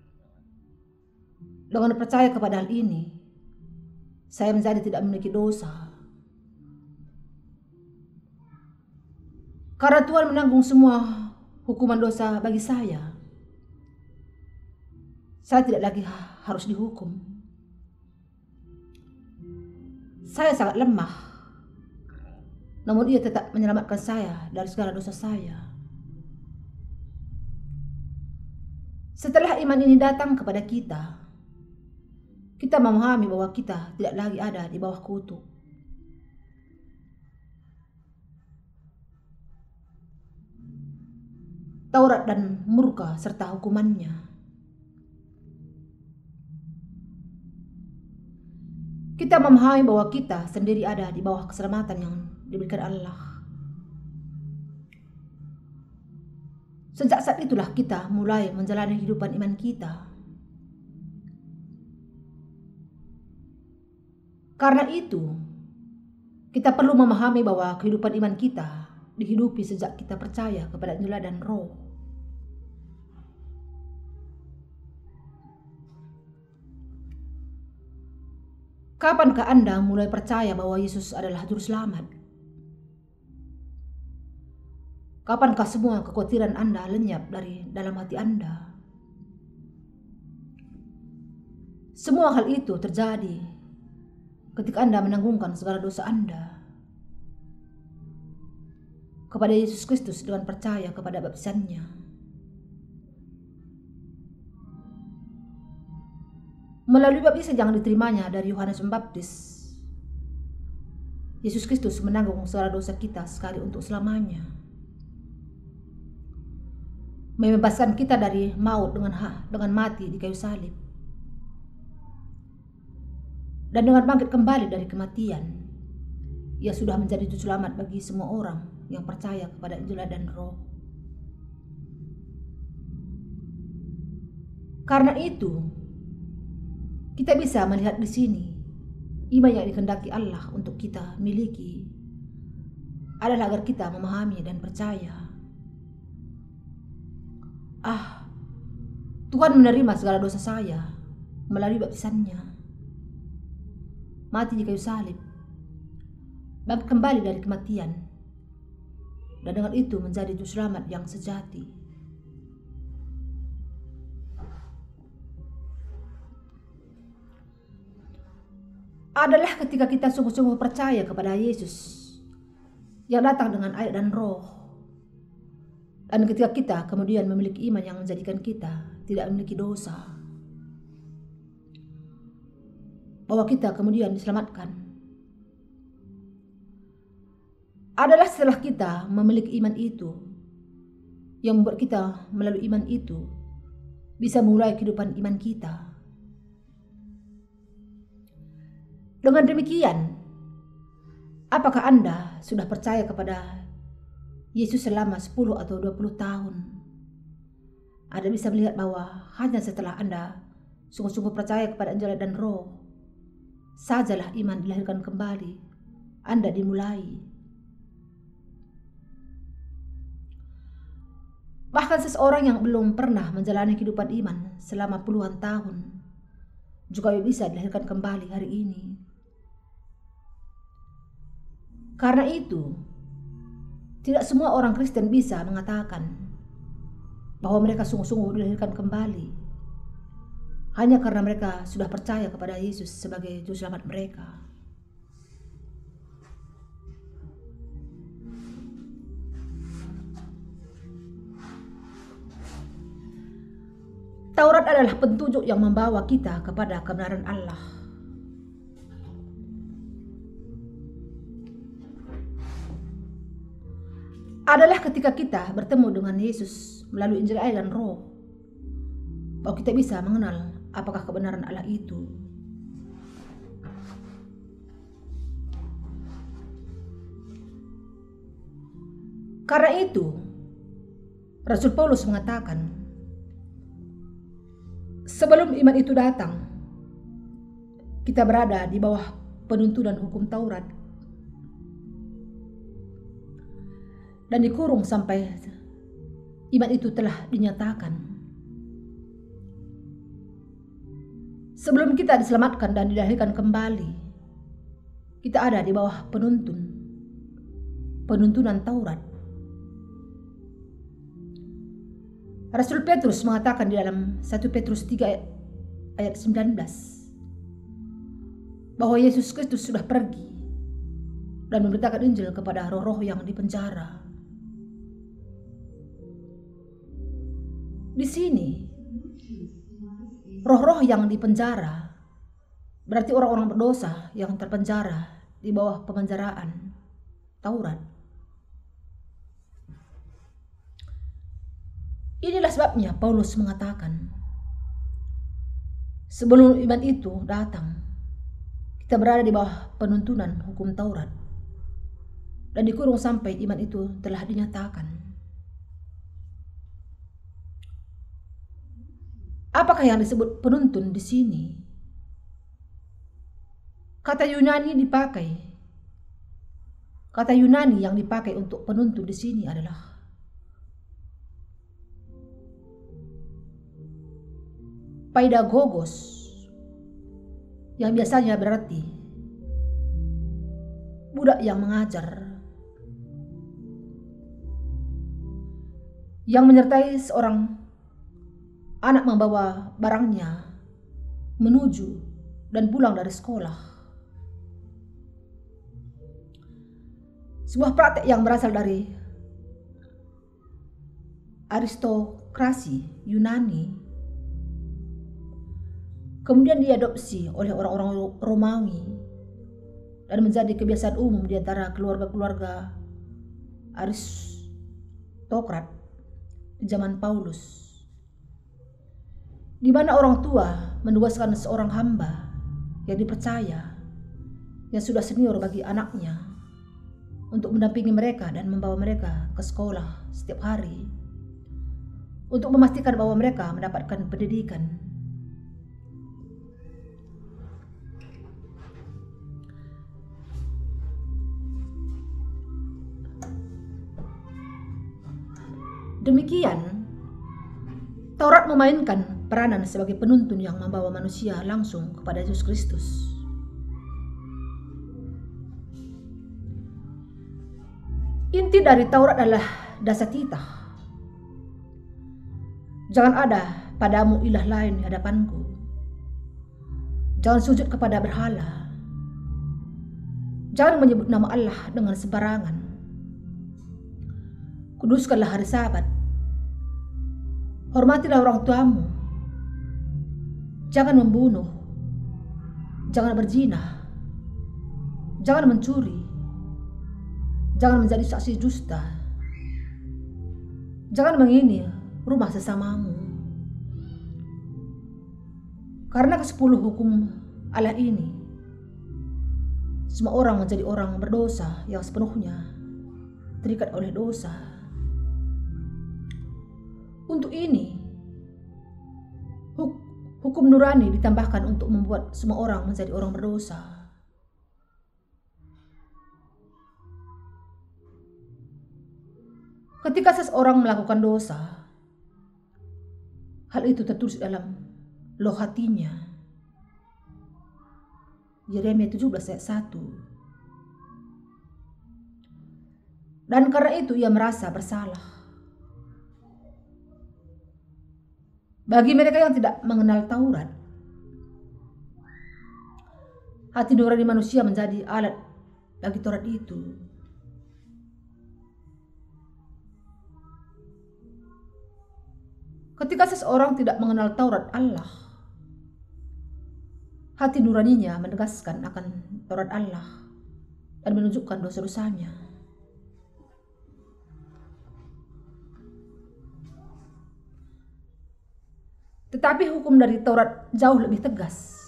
Dengan percaya kepada hal ini, saya menjadi tidak memiliki dosa. Karena Tuhan menanggung semua hukuman dosa bagi saya tidak lagi harus dihukum. Saya sangat lemah, namun Ia tetap menyelamatkan saya dari segala dosa saya. Setelah iman ini datang kepada kita memahami bahwa kita tidak lagi ada di bawah kutuk. Taurat dan murka serta hukumannya. Kita memahami bahwa kita sendiri ada di bawah keselamatan yang diberikan Allah. Sejak saat itulah kita mulai menjalani kehidupan iman kita. Karena itu, kita perlu memahami bahwa kehidupan iman kita dihidupi sejak kita percaya kepada Injil dan Roh. Kapankah Anda mulai percaya bahwa Yesus adalah Juru Selamat? Kapankah semua kekhawatiran Anda lenyap dari dalam hati Anda? Semua hal itu terjadi ketika Anda menanggungkan segala dosa Anda kepada Yesus Kristus dengan percaya kepada baptisannya. Melalui baptisan yang diterimanya dari Yohanes Pembaptis, Yesus Kristus menanggung segala dosa kita sekali untuk selamanya, membebaskan kita dari maut dengan mati di kayu salib. Dan dengan bangkit kembali dari kematian, Ia sudah menjadi juru selamat bagi semua orang yang percaya kepada Injil dan Roh. Karena itu, kita bisa melihat di sini iman yang dikehendaki Allah untuk kita miliki adalah agar kita memahami dan percaya. Tuhan menerima segala dosa saya melalui baptisannya, mati di kayu salib, bangkit kembali dari kematian, dan dengan itu menjadi juru selamat yang sejati. Adalah ketika kita sungguh-sungguh percaya kepada Yesus yang datang dengan air dan Roh, dan ketika kita kemudian memiliki iman yang menjadikan kita tidak memiliki dosa, bahwa kita kemudian diselamatkan. Adalah setelah kita memiliki iman itu yang membuat kita melalui iman itu bisa mulai kehidupan iman kita. Dengan demikian, apakah Anda sudah percaya kepada Yesus selama 10 atau 20 tahun? Anda bisa melihat bahwa hanya setelah Anda sungguh-sungguh percaya kepada Injil dan Roh, sajalah iman dilahirkan kembali, Anda dimulai. Bahkan seseorang yang belum pernah menjalani kehidupan iman selama puluhan tahun juga bisa dilahirkan kembali hari ini. Karena itu, tidak semua orang Kristen bisa mengatakan bahwa mereka sungguh-sungguh dilahirkan kembali hanya karena mereka sudah percaya kepada Yesus sebagai juru selamat mereka. Taurat adalah petunjuk yang membawa kita kepada kebenaran Allah. Adalah ketika kita bertemu dengan Yesus melalui Injil, air dan Roh, bahwa kita bisa mengenal apakah kebenaran Allah itu. Karena itu, Rasul Paulus mengatakan, sebelum iman itu datang, kita berada di bawah penuntunan hukum Taurat dan dikurung sampai iman itu telah dinyatakan. Sebelum kita diselamatkan dan dilahirkan kembali, kita ada di bawah penuntunan Taurat. Rasul Petrus mengatakan di dalam 1 Petrus 3 ayat 19 bahwa Yesus Kristus sudah pergi dan memberitakan Injil kepada roh-roh yang dipenjara. Di sini, roh-roh yang dipenjara berarti orang-orang berdosa yang terpenjara di bawah pemenjaraan Taurat. Inilah sebabnya Paulus mengatakan, sebelum iman itu datang, kita berada di bawah penuntunan hukum Taurat dan dikurung sampai iman itu telah dinyatakan. Apakah yang disebut penuntun di sini? Kata Yunani yang dipakai untuk penuntun di sini adalah paidagogos, yang biasanya berarti budak yang mengajar, yang menyertai seorang anak membawa barangnya menuju dan pulang dari sekolah. Sebuah praktek yang berasal dari aristokrasi Yunani kemudian diadopsi oleh orang-orang Romawi dan menjadi kebiasaan umum di antara keluarga-keluarga aristokrat di zaman Paulus, di mana orang tua menugaskan seorang hamba yang dipercaya, yang sudah senior bagi anaknya, untuk mendampingi mereka dan membawa mereka ke sekolah setiap hari untuk memastikan bahwa mereka mendapatkan pendidikan. Demikian, Taurat memainkan peranan sebagai penuntun yang membawa manusia langsung kepada Yesus Kristus. Inti dari Taurat adalah dasatitah. Jangan ada padamu ilah lain di hadapanku. Jangan sujud kepada berhala. Jangan menyebut nama Allah dengan sembarangan. Kuduskanlah hari Sabat. Hormatilah orang tuamu. Jangan membunuh. Jangan berzina. Jangan mencuri. Jangan menjadi saksi dusta. Jangan menghina rumah sesamamu. Karena ke-10 hukum Allah ini, semua orang menjadi orang berdosa yang sepenuhnya terikat oleh dosa. Untuk ini, Hukum nurani ditambahkan untuk membuat semua orang menjadi orang berdosa. Ketika seseorang melakukan dosa, hal itu tertulis dalam loh hatinya. Yeremia 17 ayat 1. Dan karena itu ia merasa bersalah. Bagi mereka yang tidak mengenal Taurat, hati nurani manusia menjadi alat bagi Taurat itu. Ketika seseorang tidak mengenal Taurat Allah, hati nuraninya menegaskan akan Taurat Allah dan menunjukkan dosa-dosanya. Tetapi hukum dari Taurat jauh lebih tegas.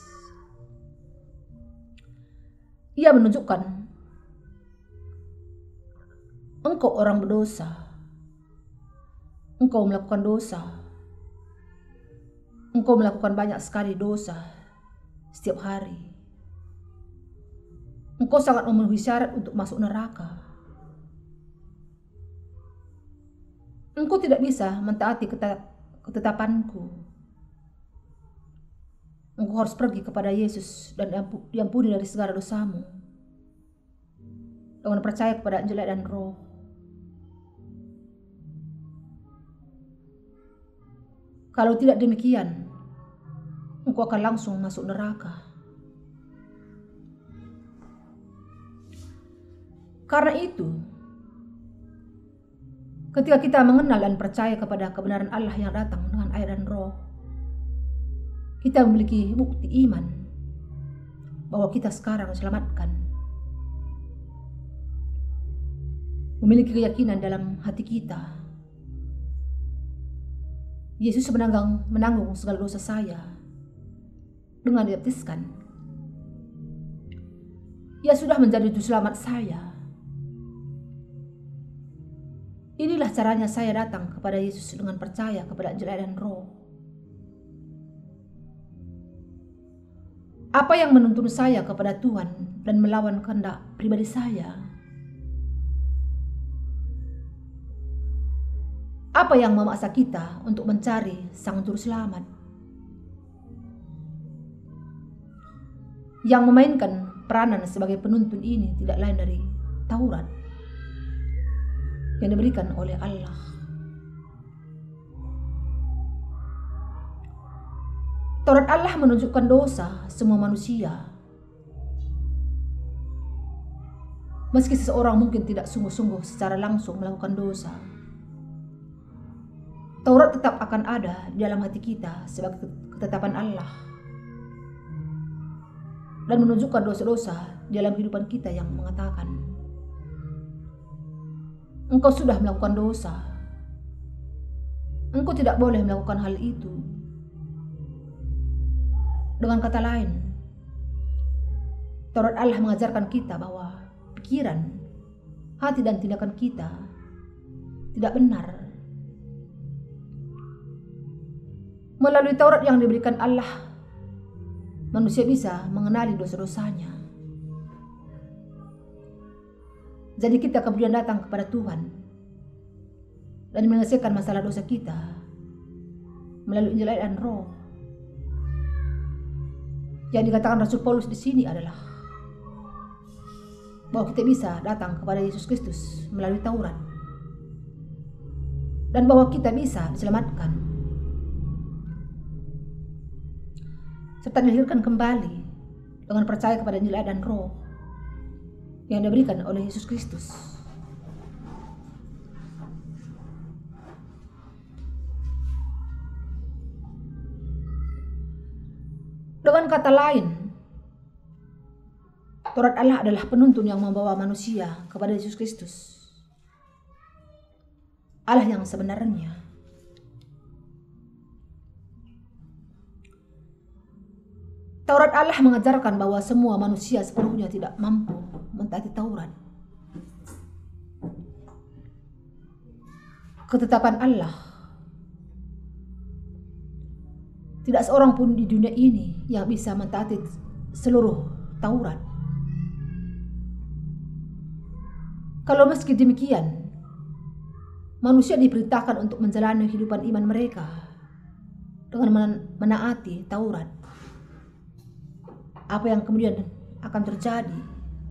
Ia menunjukkan engkau orang berdosa, engkau melakukan dosa, engkau melakukan banyak sekali dosa setiap hari. Engkau sangat memenuhi syarat untuk masuk neraka. Engkau tidak bisa mentaati ketetapanku. Engkau harus pergi kepada Yesus dan diampuni dari segala dosamu dengan percaya kepada Injil dan Roh. Kalau tidak demikian, engkau akan langsung masuk neraka. Karena itu, ketika kita mengenal dan percaya kepada kebenaran Allah yang datang dengan air dan Roh, kita memiliki bukti iman bahwa kita sekarang diselamatkan. Memiliki keyakinan dalam hati kita. Yesus menanggung segala dosa saya dengan dibaptiskan. Ia sudah menjadi juru selamat saya. Inilah caranya saya datang kepada Yesus dengan percaya kepada Injil dan Roh. Apa yang menuntun saya kepada Tuhan dan melawan kehendak pribadi saya? Apa yang memaksa kita untuk mencari Sang Juru Selamat? Yang memainkan peranan sebagai penuntun ini tidak lain dari Taurat yang diberikan oleh Allah. Taurat Allah menunjukkan dosa semua manusia. Meski seseorang mungkin tidak sungguh-sungguh secara langsung melakukan dosa, Taurat tetap akan ada di dalam hati kita sebagai ketetapan Allah dan menunjukkan dosa-dosa di dalam kehidupan kita yang mengatakan, engkau sudah melakukan dosa, engkau tidak boleh melakukan hal itu. Dengan kata lain, Taurat Allah mengajarkan kita bahwa pikiran, hati dan tindakan kita tidak benar. Melalui Taurat yang diberikan Allah, manusia bisa mengenali dosa-dosanya. Jadi kita kemudian datang kepada Tuhan dan menyelesaikan masalah dosa kita melalui Injil dan Roh. Yang dikatakan Rasul Paulus di sini adalah bahwa kita bisa datang kepada Yesus Kristus melalui Taurat dan bahwa kita bisa diselamatkan serta dilahirkan kembali dengan percaya kepada Injil dan Roh yang diberikan oleh Yesus Kristus. Dengan kata lain, Taurat Allah adalah penuntun yang membawa manusia kepada Yesus Kristus, Allah yang sebenarnya. Taurat Allah mengajarkan bahwa semua manusia sepenuhnya tidak mampu mentaati Taurat. Ketetapan Allah tidak Tidak seorang pun di dunia ini yang bisa mentaati seluruh Taurat. Kalau meski demikian, manusia diperintahkan untuk menjalani kehidupan iman mereka dengan menaati Taurat. Apa yang kemudian akan terjadi?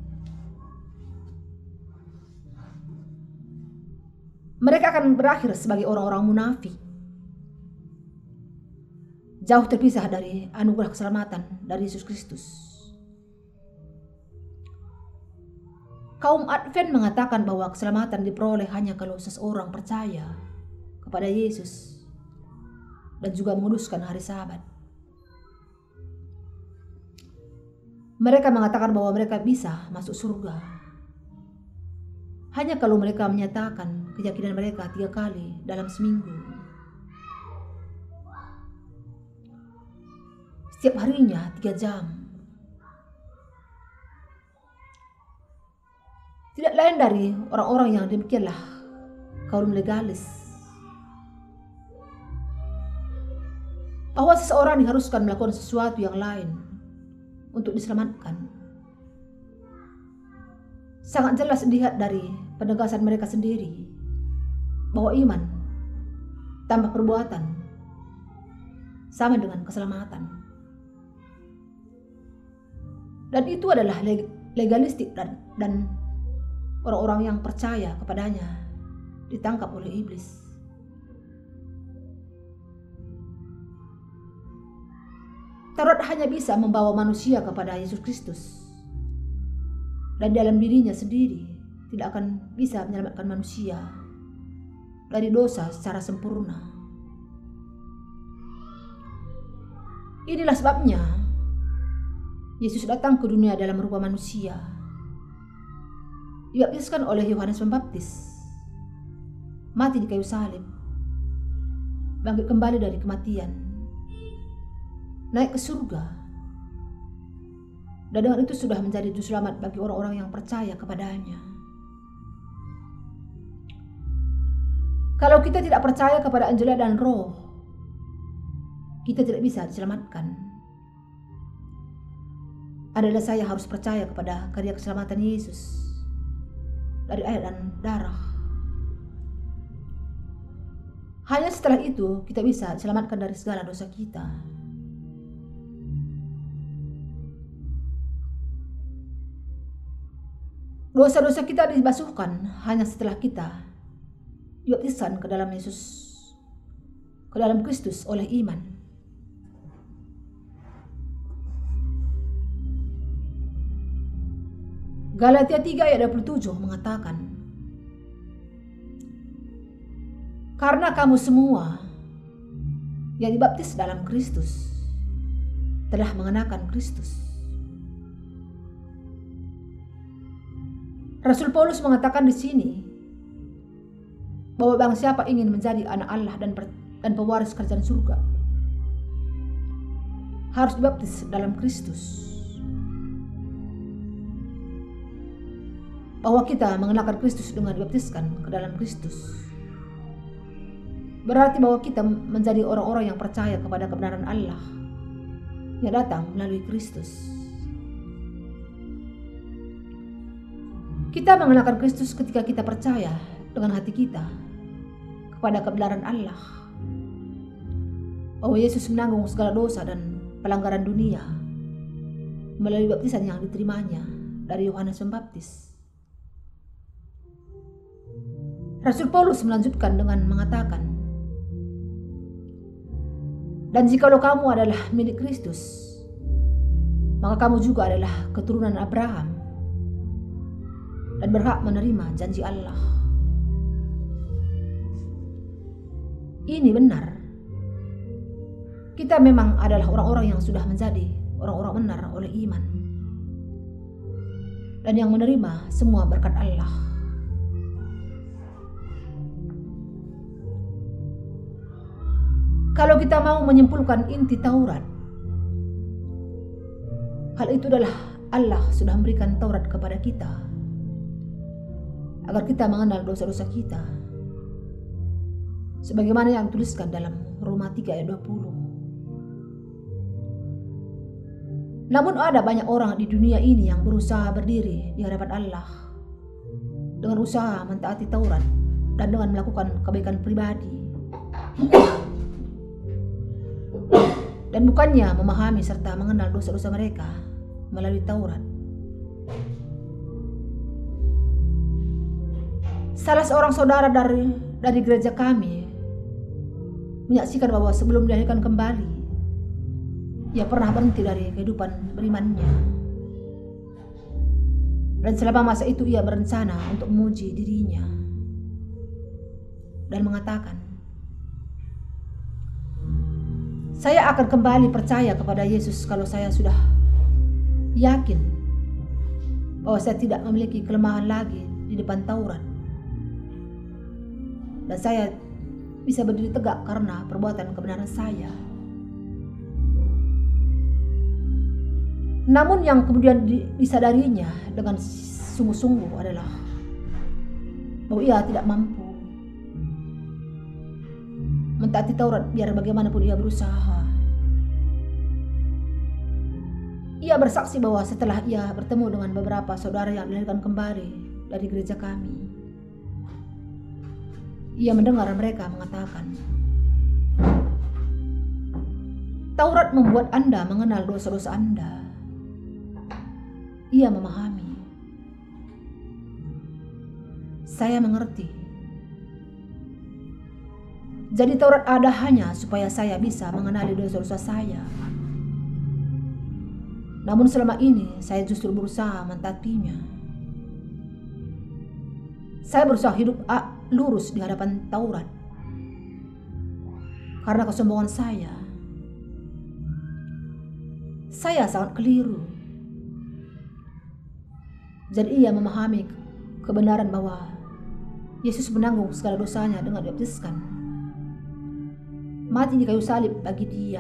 Mereka akan berakhir sebagai orang-orang munafik, jauh terpisah dari anugerah keselamatan dari Yesus Kristus. Kaum Advent mengatakan bahwa keselamatan diperoleh hanya kalau seseorang percaya kepada Yesus dan juga menguduskan hari Sabat. Mereka mengatakan bahwa mereka bisa masuk surga hanya kalau mereka menyatakan keyakinan mereka 3 kali dalam seminggu. Setiap harinya 3 jam. Tidak lain dari orang-orang yang demikianlah kaum legalis. Bahwa seseorang diharuskan melakukan sesuatu yang lain untuk diselamatkan. Sangat jelas dilihat dari penegasan mereka sendiri bahwa iman tanpa perbuatan sama dengan keselamatan. Dan itu adalah legalistik dan orang-orang yang percaya kepadanya ditangkap oleh iblis. Taurat hanya bisa membawa manusia kepada Yesus Kristus, dan dalam dirinya sendiri tidak akan bisa menyelamatkan manusia dari dosa secara sempurna. Inilah sebabnya Yesus datang ke dunia dalam rupa manusia, dibaptiskan oleh Yohanes Pembaptis, mati di kayu salib, bangkit kembali dari kematian, naik ke surga, dan dengan itu sudah menjadi juru selamat bagi orang-orang yang percaya kepadanya. Kalau kita tidak percaya kepada Injil dan Roh, kita tidak bisa diselamatkan. Adalah saya harus percaya kepada karya keselamatan Yesus dari air dan darah. Hanya setelah itu kita bisa diselamatkan dari segala dosa kita. Dosa-dosa kita dibasuhkan hanya setelah kita dibaptiskan ke dalam Yesus, ke dalam Kristus oleh iman. Galatia 3 ayat 27 mengatakan, karena kamu semua yang dibaptis dalam Kristus telah mengenakan Kristus. Rasul Paulus mengatakan di sini bahwa barang siapa ingin menjadi anak Allah dan pewaris kerajaan surga harus dibaptis dalam Kristus. Bahwa kita mengenakan Kristus dengan dibaptiskan ke dalam Kristus berarti bahwa kita menjadi orang-orang yang percaya kepada kebenaran Allah yang datang melalui Kristus. Kita mengenakan Kristus ketika kita percaya dengan hati kita kepada kebenaran Allah bahwa Yesus menanggung segala dosa dan pelanggaran dunia melalui baptisan yang diterimanya dari Yohanes Pembaptis. Rasul Paulus melanjutkan dengan mengatakan, dan jikalau kamu adalah milik Kristus, maka kamu juga adalah keturunan Abraham dan berhak menerima janji Allah. Ini benar. Kita memang adalah orang-orang yang sudah menjadi orang-orang benar oleh iman dan yang menerima semua berkat Allah. Kalau kita mau menyimpulkan inti Taurat, hal itu adalah Allah sudah memberikan Taurat kepada kita agar kita mengenal dosa-dosa kita sebagaimana yang dituliskan dalam Roma 3 ayat 20. Namun ada banyak orang di dunia ini yang berusaha berdiri di hadapan Allah dengan usaha mentaati Taurat dan dengan melakukan kebaikan pribadi, dan bukannya memahami serta mengenal dosa-dosa mereka melalui Taurat. Salah seorang saudara dari gereja kami menyaksikan bahwa sebelum dilahirkan kembali, ia pernah berhenti dari kehidupan berimannya. Dan selama masa itu ia berencana untuk memuji dirinya dan mengatakan, "Saya akan kembali percaya kepada Yesus kalau saya sudah yakin bahwa saya tidak memiliki kelemahan lagi di depan Taurat. Dan saya bisa berdiri tegak karena perbuatan kebenaran saya." Namun yang kemudian disadarinya dengan sungguh-sungguh adalah bahwa ia tidak mampu mentaati Taurat biar bagaimanapun ia berusaha. Ia bersaksi bahwa setelah ia bertemu dengan beberapa saudara yang dilahirkan kembali dari gereja kami, ia mendengar mereka mengatakan, "Taurat membuat Anda mengenal dosa-dosa Anda." Ia memahami. Saya mengerti. Jadi Taurat ada hanya supaya saya bisa mengenali dosa-dosa saya. Namun selama ini saya justru berusaha mentaatinya. Saya berusaha hidup lurus di hadapan Taurat karena kesombongan saya. Saya sangat keliru. Jadi ia memahami kebenaran bahwa Yesus menanggung segala dosanya dengan dibaptiskan, mati di kayu salib bagi dia,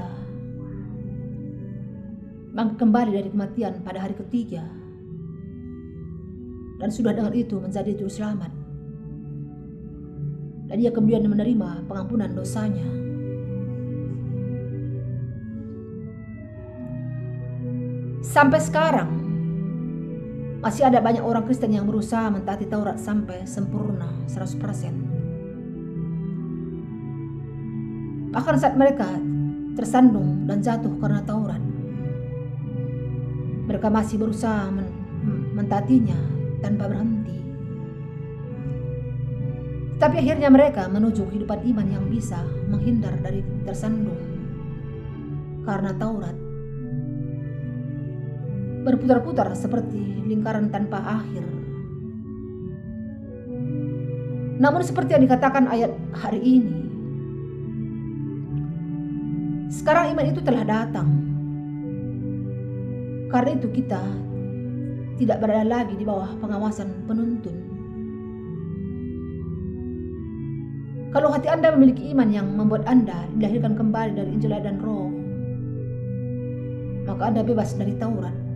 bangkit kembali dari kematian pada hari ketiga, dan sudah dengan itu menjadi juru selamat. Dan ia kemudian menerima pengampunan dosanya. Sampai sekarang masih ada banyak orang Kristen yang berusaha mentaati Taurat sampai sempurna 100%. Bahkan saat mereka tersandung dan jatuh karena Taurat, mereka masih berusaha mentaatinya tanpa berhenti. Tapi akhirnya mereka menuju kehidupan iman yang bisa menghindar dari tersandung karena Taurat. Berputar-putar seperti lingkaran tanpa akhir. Namun seperti yang dikatakan ayat hari ini, sekarang iman itu telah datang. Karena itu kita tidak berada lagi di bawah pengawasan penuntun. Kalau hati Anda memiliki iman yang membuat Anda dilahirkan kembali dari Injil dan Roh, maka Anda bebas dari Taurat.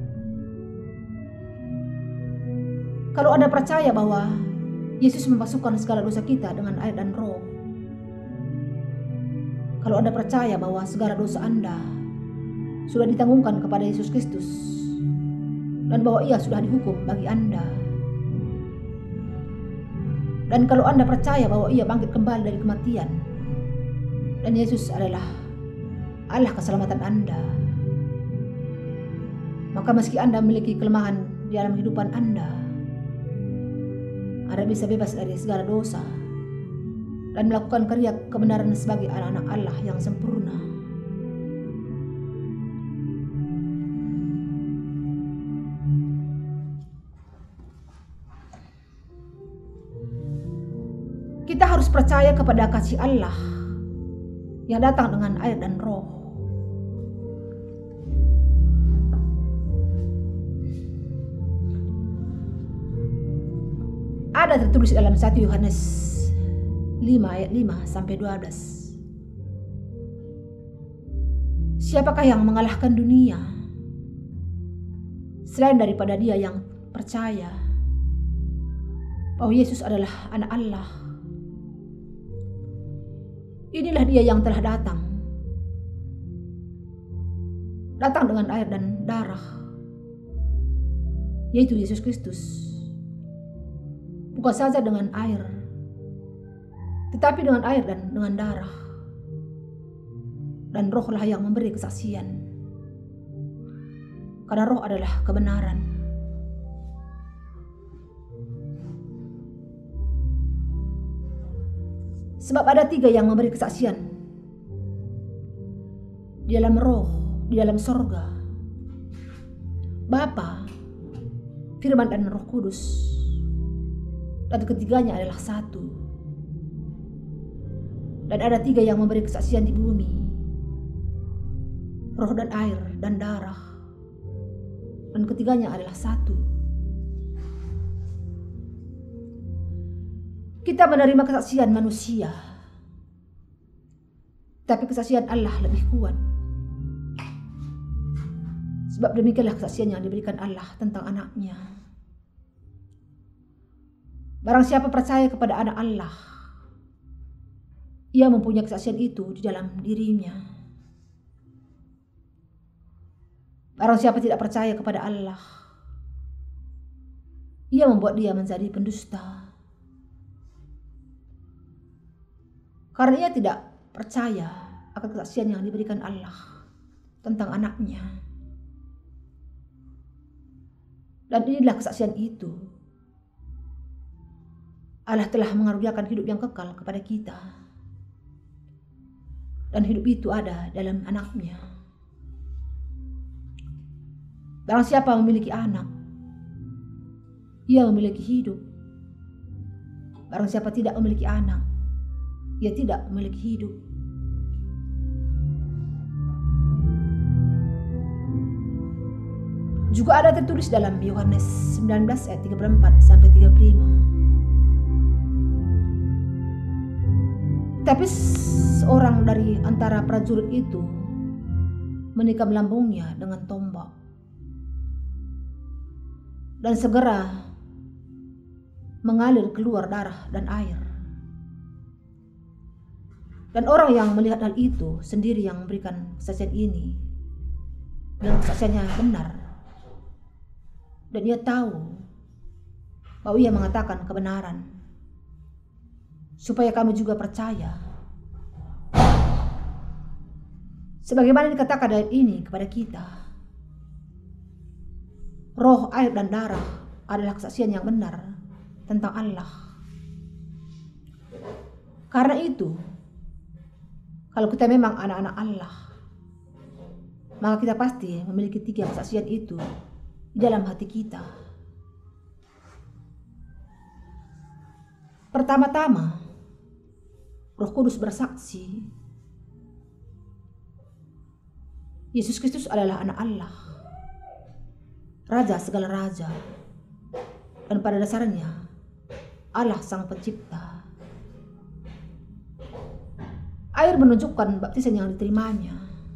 Kalau Anda percaya bahwa Yesus memasukkan segala dosa kita dengan air dan Roh, kalau Anda percaya bahwa segala dosa Anda sudah ditanggungkan kepada Yesus Kristus dan bahwa Ia sudah dihukum bagi Anda, dan kalau Anda percaya bahwa Ia bangkit kembali dari kematian dan Yesus adalah Allah keselamatan Anda, maka meski Anda memiliki kelemahan di dalam kehidupan Anda bisa bebas dari segala dosa dan melakukan karya kebenaran sebagai anak-anak Allah yang sempurna. Kita harus percaya kepada kasih Allah yang datang dengan air dan Roh. Ada tertulis dalam 1 Yohanes 5 ayat 5 sampai 12. Siapakah yang mengalahkan dunia selain daripada dia yang percaya bahwa Yesus adalah anak Allah? Inilah dia yang telah datang datang dengan air dan darah, yaitu Yesus Kristus. Bukan saja dengan air, tetapi dengan air dan dengan darah. Dan Rohlah yang memberi kesaksian, karena Roh adalah kebenaran. Sebab ada 3 yang memberi kesaksian di dalam Roh, di dalam sorga: Bapa, Firman dan Roh Kudus. Dan ketiganya adalah satu. Dan ada 3 yang memberi kesaksian di bumi: Roh dan air dan darah. Dan ketiganya adalah satu. Kita menerima kesaksian manusia, tapi kesaksian Allah lebih kuat. Sebab demikianlah kesaksian yang diberikan Allah tentang anaknya. Barang siapa percaya kepada anak Allah, ia mempunyai kesaksian itu di dalam dirinya. Barang siapa tidak percaya kepada Allah, ia membuat dia menjadi pendusta. Karena ia tidak percaya akan kesaksian yang diberikan Allah tentang anaknya. Dan inilah kesaksian itu: Allah telah mengaruniakan hidup yang kekal kepada kita. Dan hidup itu ada dalam anaknya. Barang siapa memiliki anak, ia memiliki hidup. Barang siapa tidak memiliki anak, ia tidak memiliki hidup. Juga ada tertulis dalam Yohanes 19 ayat 34 sampai 35. Tapi seorang dari antara prajurit itu menikam lambungnya dengan tombak, dan segera mengalir keluar darah dan air. Dan orang yang melihat hal itu sendiri yang memberikan kesaksian ini, dan kesaksiannya benar. Dan ia tahu bahwa ia mengatakan kebenaran, supaya kamu juga percaya. Sebagaimana dikatakan ayat ini kepada kita, roh, air, dan darah adalah kesaksian yang benar tentang Allah. Karena itu, kalau kita memang anak-anak Allah, maka kita pasti memiliki 3 kesaksian itu di dalam hati kita. Pertama-tama, Roh Kudus bersaksi Yesus Kristus adalah anak Allah, Raja segala raja, dan pada dasarnya Allah Sang Pencipta. Air menunjukkan baptisan yang diterimanya.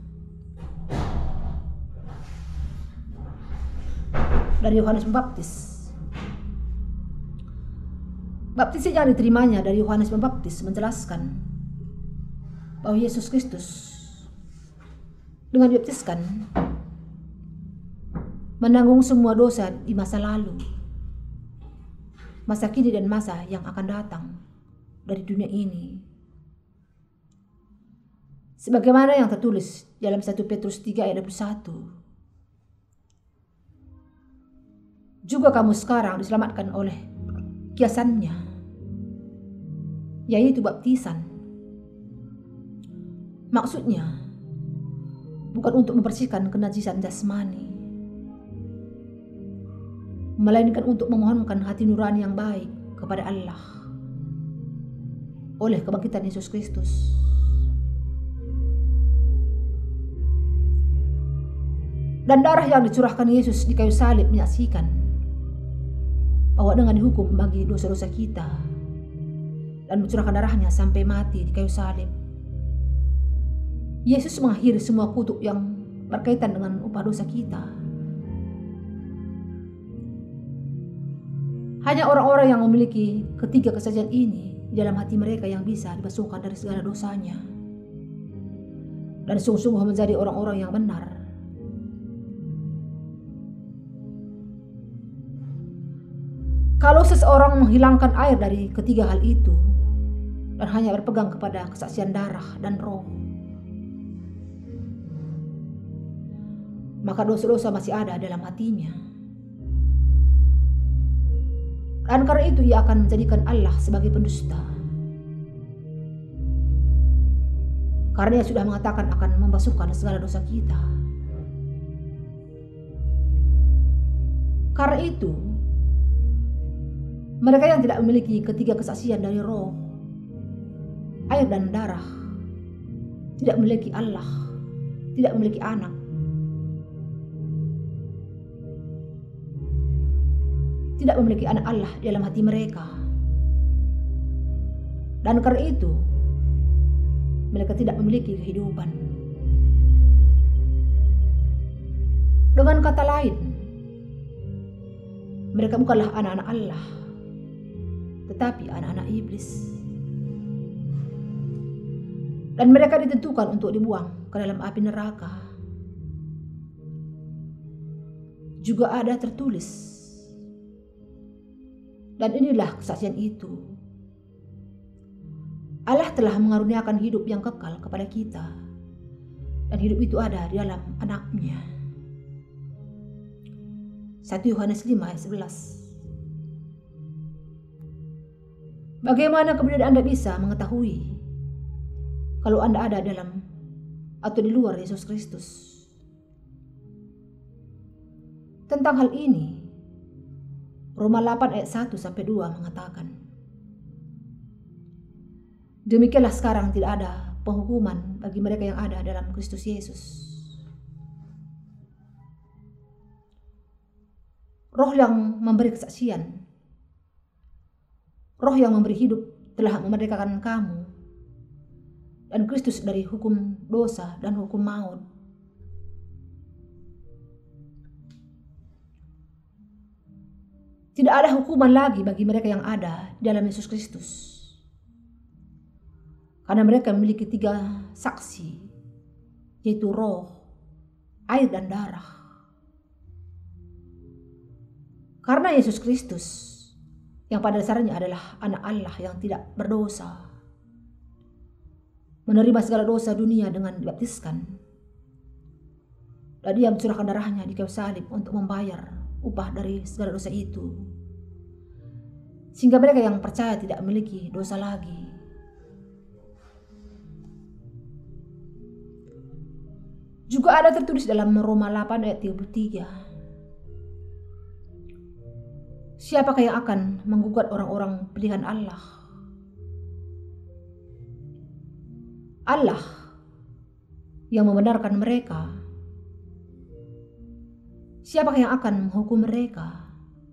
Dari Yohanes Pembaptis. Baptisan yang diterimanya dari Yohanes Pembaptis menjelaskan bahwa Yesus Kristus dengan dibaptiskan menanggung semua dosa di masa lalu, masa kini, dan masa yang akan datang dari dunia ini. Sebagaimana yang tertulis dalam 1 Petrus 3 ayat 21. Juga kamu sekarang diselamatkan oleh kiasannya, yaitu baptisan. Maksudnya bukan untuk membersihkan kenajisan jasmani, melainkan untuk memohonkan hati nurani yang baik kepada Allah oleh kebangkitan Yesus Kristus. Dan darah yang dicurahkan Yesus di kayu salib menyaksikan bahwa dengan dihukum bagi dosa-dosa kita dan mencurahkan darahnya sampai mati di kayu salib, Yesus mengakhiri semua kutuk yang berkaitan dengan upah dosa kita. Hanya orang-orang yang memiliki ketiga kesaksian ini di dalam hati mereka yang bisa dibasuhkan dari segala dosanya dan sungguh-sungguh menjadi orang-orang yang benar Kalau seseorang menghilangkan air dari ketiga hal itu dan hanya berpegang kepada kesaksian darah dan roh, maka dosa-dosa masih ada dalam hatinya. Dan karena itu ia akan menjadikan Allah sebagai pendusta. Karena ia sudah mengatakan akan membasuhkan segala dosa kita. Karena itu, mereka yang tidak memiliki ketiga kesaksian dari roh, air dan darah, tidak memiliki Allah, tidak memiliki anak. Tidak memiliki anak Allah di dalam hati mereka. Dan karena itu, mereka tidak memiliki kehidupan. Dengan kata lain, mereka bukanlah anak-anak Allah, tetapi anak-anak iblis. Dan mereka ditentukan untuk dibuang ke dalam api neraka. Juga ada tertulis, dan inilah kesaksian itu: Allah telah mengaruniakan hidup yang kekal kepada kita, dan hidup itu ada di dalam Anak-Nya. 1 Yohanes 5 ayat 11. Bagaimana kemudian Anda bisa mengetahui kalau Anda ada dalam atau di luar Yesus Kristus? Tentang hal ini, Roma 8 ayat 1-2 mengatakan, demikianlah sekarang tidak ada penghukuman bagi mereka yang ada dalam Kristus Yesus. Roh yang memberi kesaksian, roh yang memberi hidup telah memerdekakan kamu dan Kristus dari hukum dosa dan hukum maut. Tidak ada hukuman lagi bagi mereka yang ada di dalam Yesus Kristus. Karena mereka memiliki 3 saksi, yaitu roh, air, dan darah. Karena Yesus Kristus, yang pada dasarnya adalah anak Allah yang tidak berdosa, menerima segala dosa dunia dengan dibaptiskan, dan Dia mencurahkan darahnya di kayu salib untuk membayar upah dari segala dosa itu, sehingga mereka yang percaya tidak memiliki dosa lagi. Juga ada tertulis dalam Roma 8 ayat 33. Siapakah yang akan menggugat orang-orang pilihan Allah? Allah yang membenarkan mereka. Siapakah yang akan menghukum mereka?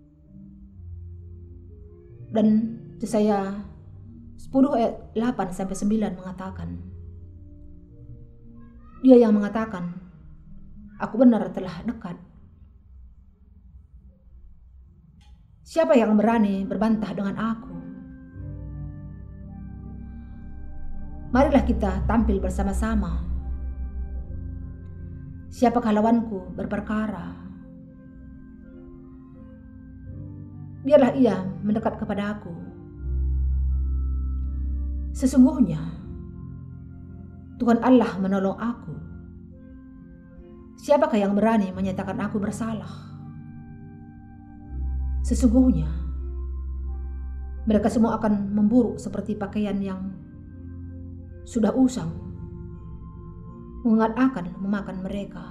Dan Yesaya 10 ayat 8-9 mengatakan, Dia yang mengatakan, aku benar telah dekat. Siapa yang berani berbantah dengan aku? Marilah kita tampil bersama-sama. Siapakah lawanku berperkara? Biarlah ia mendekat kepada aku. Sesungguhnya Tuhan Allah menolong aku. Siapakah yang berani menyatakan aku bersalah? Sesungguhnya mereka semua akan memburuk seperti pakaian yang sudah usang, mengingat akan memakan mereka.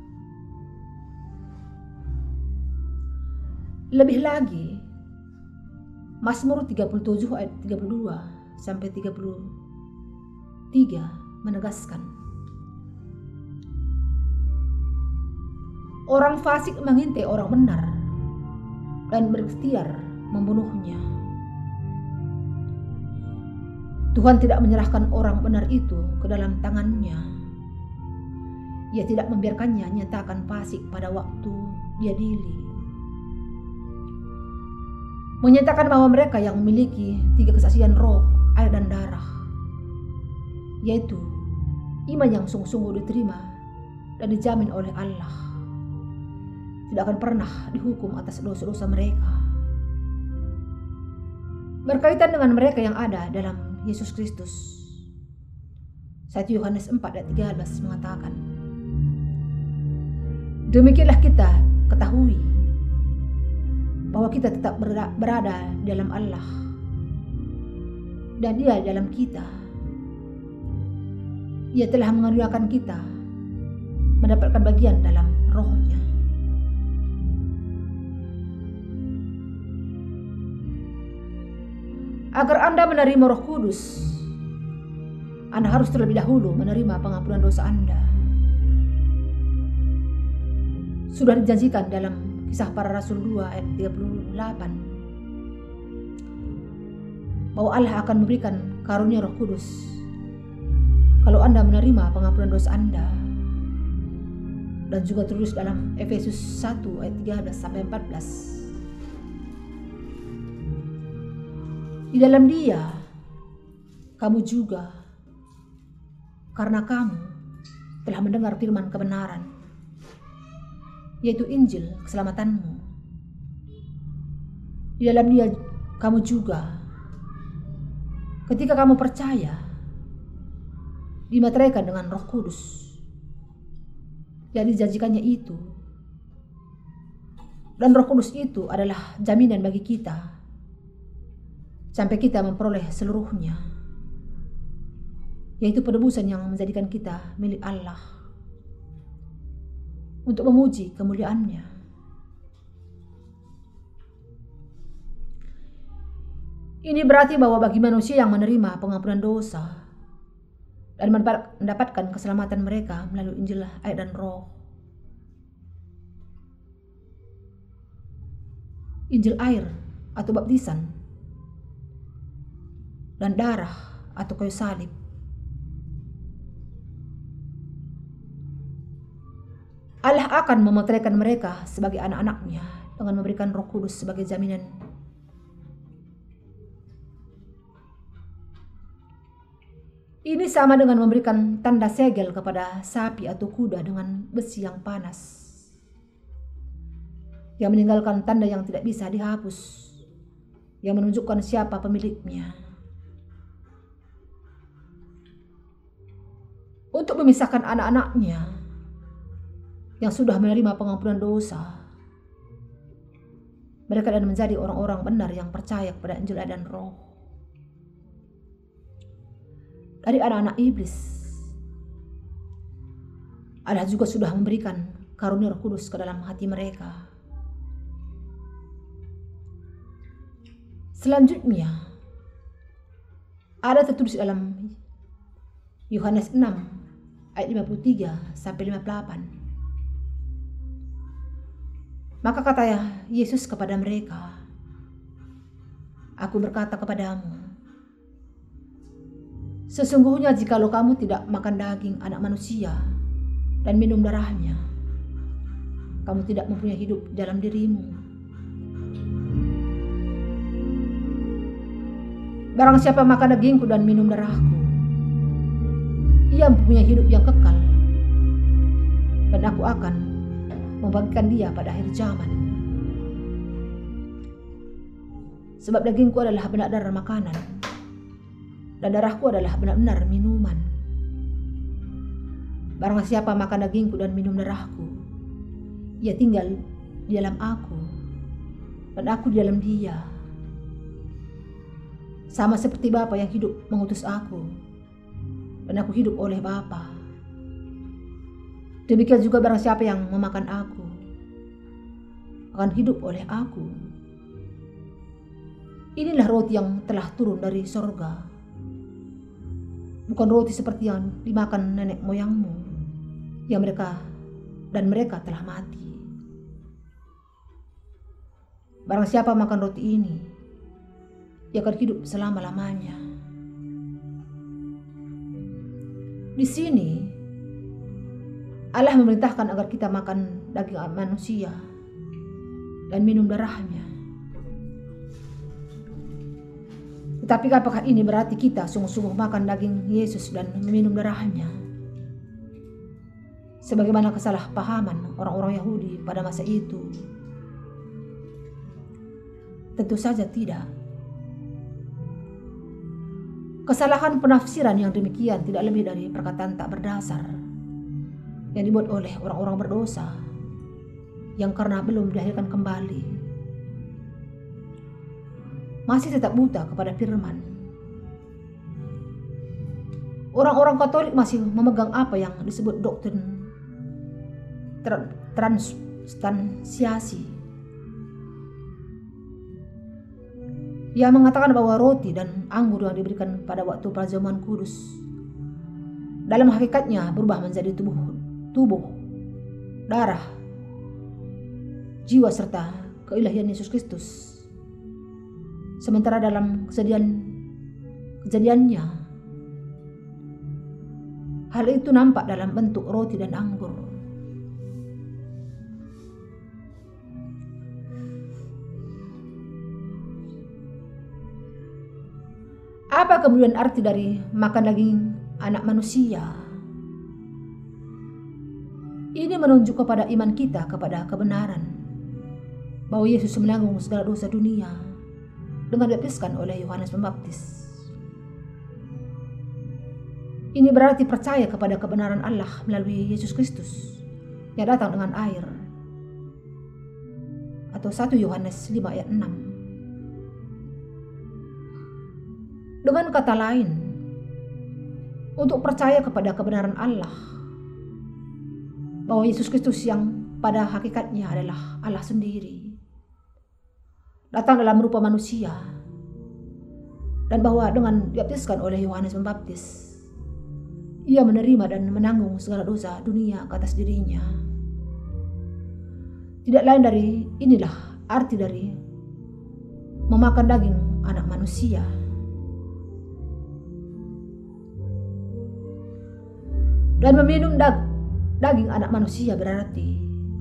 Lebih lagi, Mazmur 37 ayat 32-33 menegaskan, orang fasik mengintai orang benar dan berikhtiar membunuhnya. Tuhan tidak menyerahkan orang benar itu ke dalam tangannya. Ia tidak membiarkannya nyatakan fasik pada waktu dia diadili. Menyatakan bahwa mereka yang memiliki 3 kesaksian roh, air, dan darah, yaitu iman yang sungguh-sungguh diterima dan dijamin oleh Allah, tidak akan pernah dihukum atas dosa-dosa mereka. berkaitan dengan mereka yang ada dalam Yesus Kristus. 1 Yohanes 4 ayat 13 mengatakan, demikianlah kita ketahui bahwa kita tetap berada dalam Allah dan Dia dalam kita. Ia telah mengaruniakan kita mendapatkan bagian dalam Roh-Nya. Agar Anda menerima Roh Kudus, Anda harus terlebih dahulu menerima pengampunan dosa Anda. Sudah dijanjikan dalam Kisah Para Rasul 2 ayat 38 bahwa Allah akan memberikan karunia Roh Kudus kalau Anda menerima pengampunan dosa Anda. Dan juga tertulis dalam Efesus 1 ayat 13 sampai 14. Di dalam Dia kamu juga, karena kamu telah mendengar firman kebenaran, yaitu Injil keselamatanmu. Di dalam Dia kamu juga, ketika kamu percaya, dimateraikan dengan Roh Kudus yang dijanjikannya itu. Dan Roh Kudus itu adalah jaminan bagi kita sampai kita memperoleh seluruhnya, yaitu penebusan yang menjadikan kita milik Allah untuk memuji kemuliaan-Nya. Ini berarti bahwa bagi manusia yang menerima pengampunan dosa dan mendapatkan keselamatan mereka melalui Injil, air dan Roh. Injil air atau baptisan dan darah atau kayu salib. Allah akan memeteraikan mereka sebagai anak-anak-Nya dengan memberikan Roh Kudus sebagai jaminan. Ini sama dengan memberikan tanda segel kepada sapi atau kuda dengan besi yang panas, yang meninggalkan tanda yang tidak bisa dihapus, yang menunjukkan siapa pemiliknya. Untuk memisahkan anak-anak-Nya yang sudah menerima pengampunan dosa, mereka dan menjadi orang-orang benar yang percaya kepada Injil dan Roh. Dari anak-anak iblis, Allah juga sudah memberikan karunia Roh Kudus ke dalam hati mereka. Selanjutnya, ada tertulis dalam Yohanes 6 ayat 53 sampai 58. Maka kata Yesus kepada mereka, aku berkata kepadamu, sesungguhnya jikalau kamu tidak makan daging anak manusia dan minum darahnya, kamu tidak mempunyai hidup dalam dirimu. Barang siapa makan dagingku dan minum darahku, ia mempunyai hidup yang kekal, dan aku akan membagikan dia pada akhir zaman. Sebab dagingku adalah benar-benar makanan, dan darahku adalah benar-benar minuman. Barang siapa makan dagingku dan minum darahku, ia tinggal di dalam aku, dan aku di dalam dia. Sama seperti Bapa yang hidup mengutus aku, dan aku hidup oleh Bapa. Demikian juga barang siapa yang memakan aku, akan hidup oleh aku. Inilah roti yang telah turun dari sorga, bukan roti seperti yang dimakan nenek moyangmu, yang mereka telah mati. Barang siapa makan roti ini, ia akan hidup selama-lamanya. Di sini, Allah memerintahkan agar kita makan daging manusia dan minum darahnya. Tetapi apakah ini berarti kita sungguh-sungguh makan daging Yesus dan meminum darahnya? Sebagaimana kesalahpahaman orang-orang Yahudi pada masa itu. Tentu saja tidak. Kesalahan penafsiran yang demikian tidak lebih dari perkataan tak berdasar yang dibuat oleh orang-orang berdosa yang karena belum dilahirkan kembali masih tetap buta kepada firman. Orang-orang Katolik masih memegang apa yang disebut doktrin transustansiasi. Ia mengatakan bahwa roti dan anggur yang diberikan pada waktu perjamuan kudus dalam hakikatnya berubah menjadi tubuh, darah, jiwa serta keilahian Yesus Kristus. Sementara dalam kejadiannya hal itu nampak dalam bentuk roti dan anggur. Apa kemudian arti dari makan daging anak manusia? Ini menunjuk kepada iman kita kepada kebenaran bahwa Yesus menanggung segala dosa dunia dengan dibaptiskan oleh Yohanes Pembaptis. Ini berarti percaya kepada kebenaran Allah melalui Yesus Kristus yang datang dengan air, atau 1 Yohanes 5 ayat 6. Dengan kata lain, untuk percaya kepada kebenaran Allah bahwa Yesus Kristus yang pada hakikatnya adalah Allah sendiri datang dalam rupa manusia, dan bahwa dengan dibaptiskan oleh Yohanes Pembaptis ia menerima dan menanggung segala dosa dunia ke atas dirinya. Tidak lain dari inilah arti dari memakan daging anak manusia. Dan meminum daging anak manusia berarti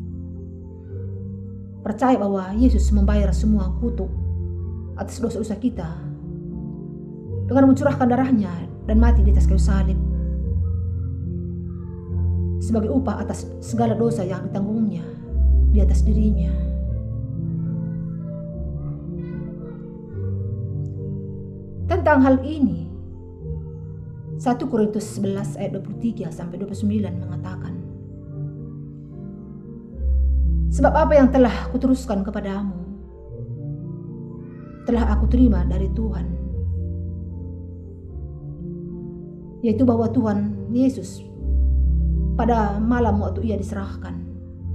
percaya bahwa Yesus membayar semua kutuk atas dosa-dosa kita dengan mencurahkan darahnya dan mati di atas kayu salib sebagai upah atas segala dosa yang ditanggungnya di atas dirinya. Tentang hal ini 1 Korintus 11 ayat 23 sampai 29 mengatakan, sebab apa yang telah kuteruskan kepadamu telah aku terima dari Tuhan, yaitu bahwa Tuhan Yesus pada malam waktu ia diserahkan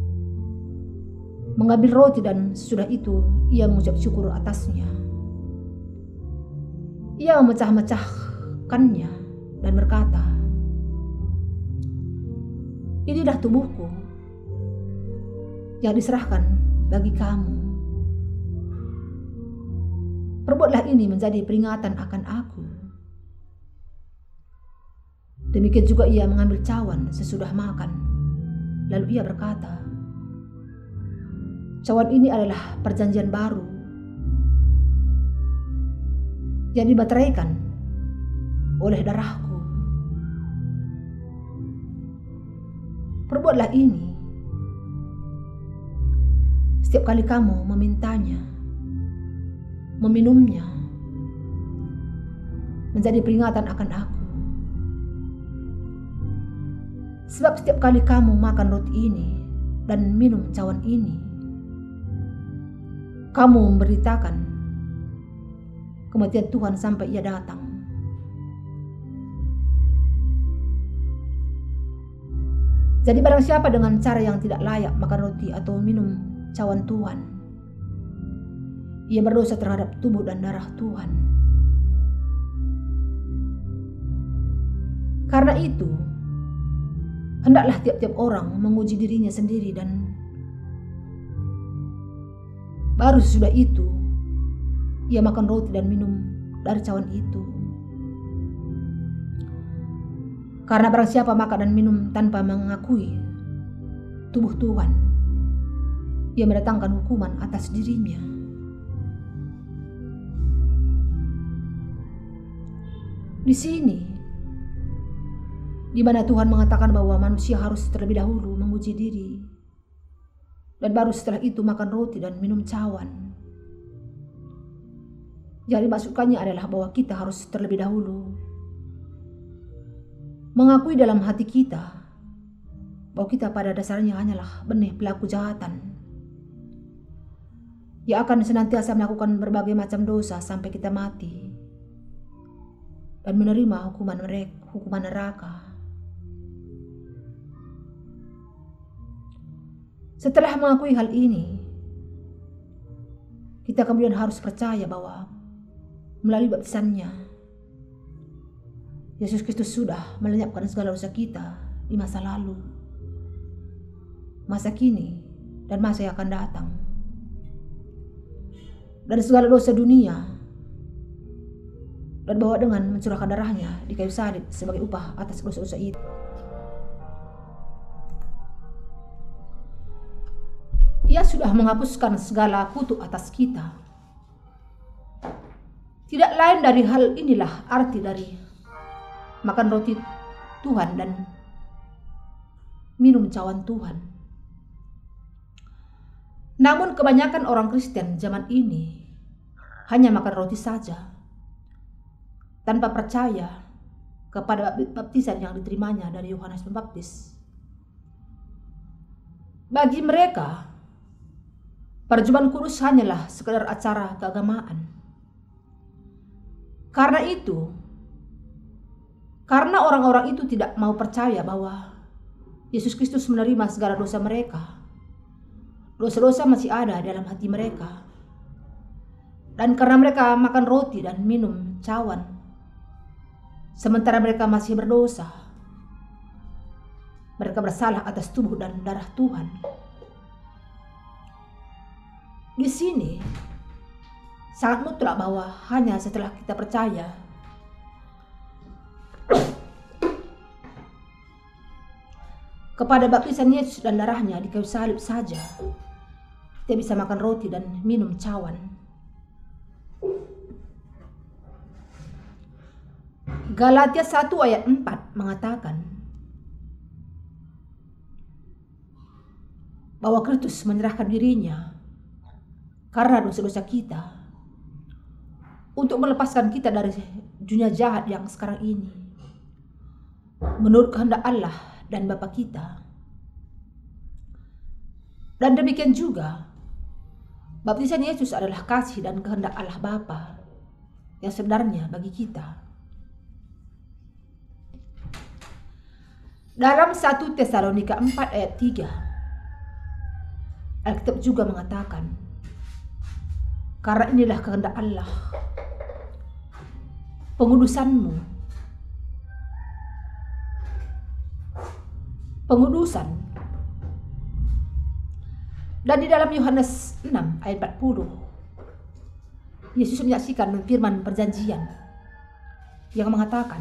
mengambil roti, dan sesudah itu ia mengucap syukur atasnya. Ia memecah-mecahkannya dan berkata, inilah tubuhku yang diserahkan bagi kamu. Perbuatlah ini menjadi peringatan akan aku. Demikian juga ia mengambil cawan sesudah makan. Lalu ia berkata, cawan ini adalah perjanjian baru yang dibateraikan oleh darahku. Perbuatlah ini setiap kali kamu memintanya, meminumnya, menjadi peringatan akan aku. Sebab setiap kali kamu makan roti ini dan minum cawan ini, kamu memberitakan kematian Tuhan sampai ia datang. Jadi barang siapa dengan cara yang tidak layak makan roti atau minum cawan Tuhan, ia berdosa terhadap tubuh dan darah Tuhan. Karena itu, hendaklah tiap-tiap orang menguji dirinya sendiri, dan baru sesudah itu ia makan roti dan minum dari cawan itu. Karena barang siapa makan dan minum tanpa mengakui tubuh Tuhan, ia mendatangkan hukuman atas dirinya. Di sini, di mana Tuhan mengatakan bahwa manusia harus terlebih dahulu menguji diri, dan baru setelah itu makan roti dan minum cawan. Jadi masukannya adalah bahwa kita harus terlebih dahulu mengakui dalam hati kita bahwa kita pada dasarnya hanyalah benih pelaku kejahatan yang akan senantiasa melakukan berbagai macam dosa sampai kita mati dan menerima hukuman neraka. Setelah mengakui hal ini, kita kemudian harus percaya bahwa melalui baptisannya, Yesus Kristus sudah melenyapkan segala dosa kita di masa lalu, masa kini, dan masa yang akan datang. Dan segala dosa dunia, dan bahwa dengan mencurahkan darahnya di kayu salib sebagai upah atas dosa-dosa itu. Ia sudah menghapuskan segala kutuk atas kita. Tidak lain dari hal inilah arti dari makan roti Tuhan dan minum cawan Tuhan. Namun kebanyakan orang Kristen zaman ini hanya makan roti saja, tanpa percaya kepada baptisan yang diterimanya dari Yohanes Pembaptis. Bagi mereka, perjamuan kudus hanyalah sekedar acara keagamaan. Karena orang-orang itu tidak mau percaya bahwa Yesus Kristus menerima segala dosa mereka, dosa-dosa masih ada dalam hati mereka. Dan karena mereka makan roti dan minum cawan, sementara mereka masih berdosa, mereka bersalah atas tubuh dan darah Tuhan. Di sini sangat mutlak bahwa hanya setelah kita percaya kepada baptisan Yesus dan darahnya di kayu salib saja, kita bisa makan roti dan minum cawan. Galatia 1 ayat 4 mengatakan bahwa Kristus menyerahkan dirinya karena dosa-dosa kita untuk melepaskan kita dari dunia jahat yang sekarang ini, menurut kehendak Allah dan Bapa kita. Dan demikian juga baptisan Yesus adalah kasih dan kehendak Allah Bapa yang sebenarnya bagi kita. Dalam 1 Tesalonika 4 ayat 3, Alkitab juga mengatakan, karena inilah kehendak Allah, pengudusan. Dan di dalam Yohanes 6 ayat 40, Yesus menyaksikan firman perjanjian yang mengatakan,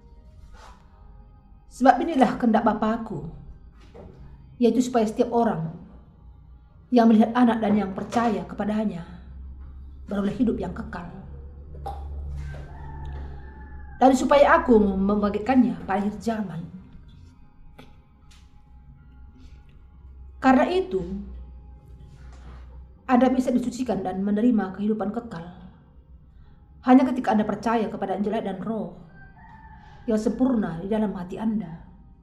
sebab inilah kehendak Bapa-Ku, yaitu supaya setiap orang yang melihat Anak dan yang percaya kepadanya beroleh hidup yang kekal. Dan supaya Aku membagikannya pada akhir zaman. Karena itu, Anda bisa disucikan dan menerima kehidupan kekal hanya ketika Anda percaya kepada Injil dan Roh yang sempurna di dalam hati Anda.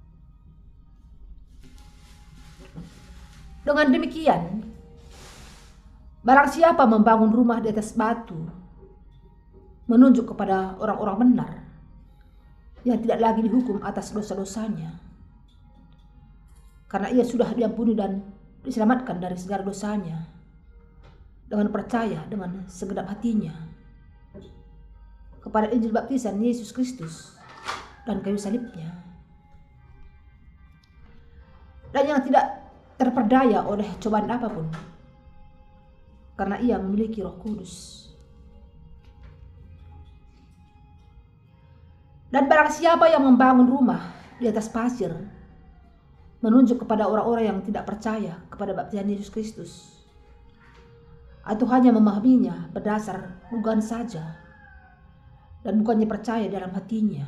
Dengan demikian, barang siapa membangun rumah di atas batu, menunjuk kepada orang-orang benar yang tidak lagi dihukum atas dosa-dosanya, karena ia sudah diampuni dan diselamatkan dari segala dosanya dengan percaya dengan segenap hatinya kepada Injil baptisan Yesus Kristus dan kayu salibnya, dan yang tidak terperdaya oleh cobaan apapun karena ia memiliki Roh Kudus. Dan barang siapa yang membangun rumah di atas pasir, menunjuk kepada orang-orang yang tidak percaya kepada baptisan Yesus Kristus, atau hanya memahaminya berdasar dugaan saja dan bukannya percaya dalam hatinya,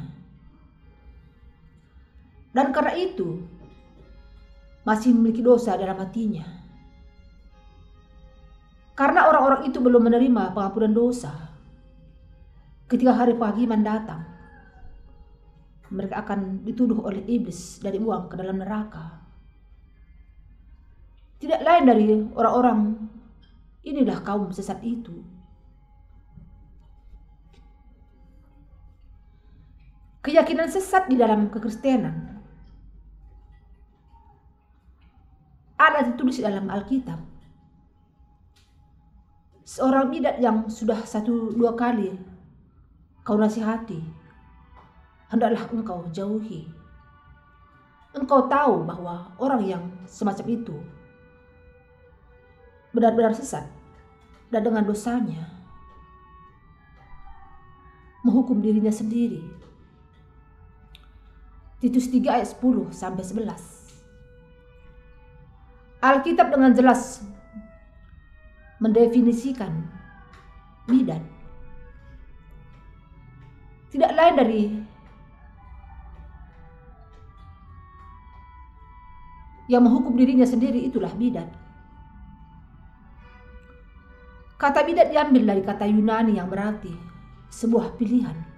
dan karena itu masih memiliki dosa dalam hatinya, karena orang-orang itu belum menerima pengampunan dosa ketika hari pagi mendatang, mereka akan dituduh oleh iblis dan dibuang ke dalam neraka. Tidak lain dari orang-orang inilah kaum sesat itu. Keyakinan sesat di dalam kekristenan ada ditulis dalam Alkitab. Seorang bidat yang sudah 1-2 kali kau nasihati, hendaklah engkau jauhi. Engkau tahu bahwa orang yang semacam itu benar-benar sesat dan dengan dosanya menghukum dirinya sendiri. Titus 3 ayat 10-11. Alkitab dengan jelas mendefinisikan bidat. Tidak lain dari yang menghukum dirinya sendiri, itulah bidat. Kata bidat diambil dari kata Yunani yang berarti sebuah pilihan.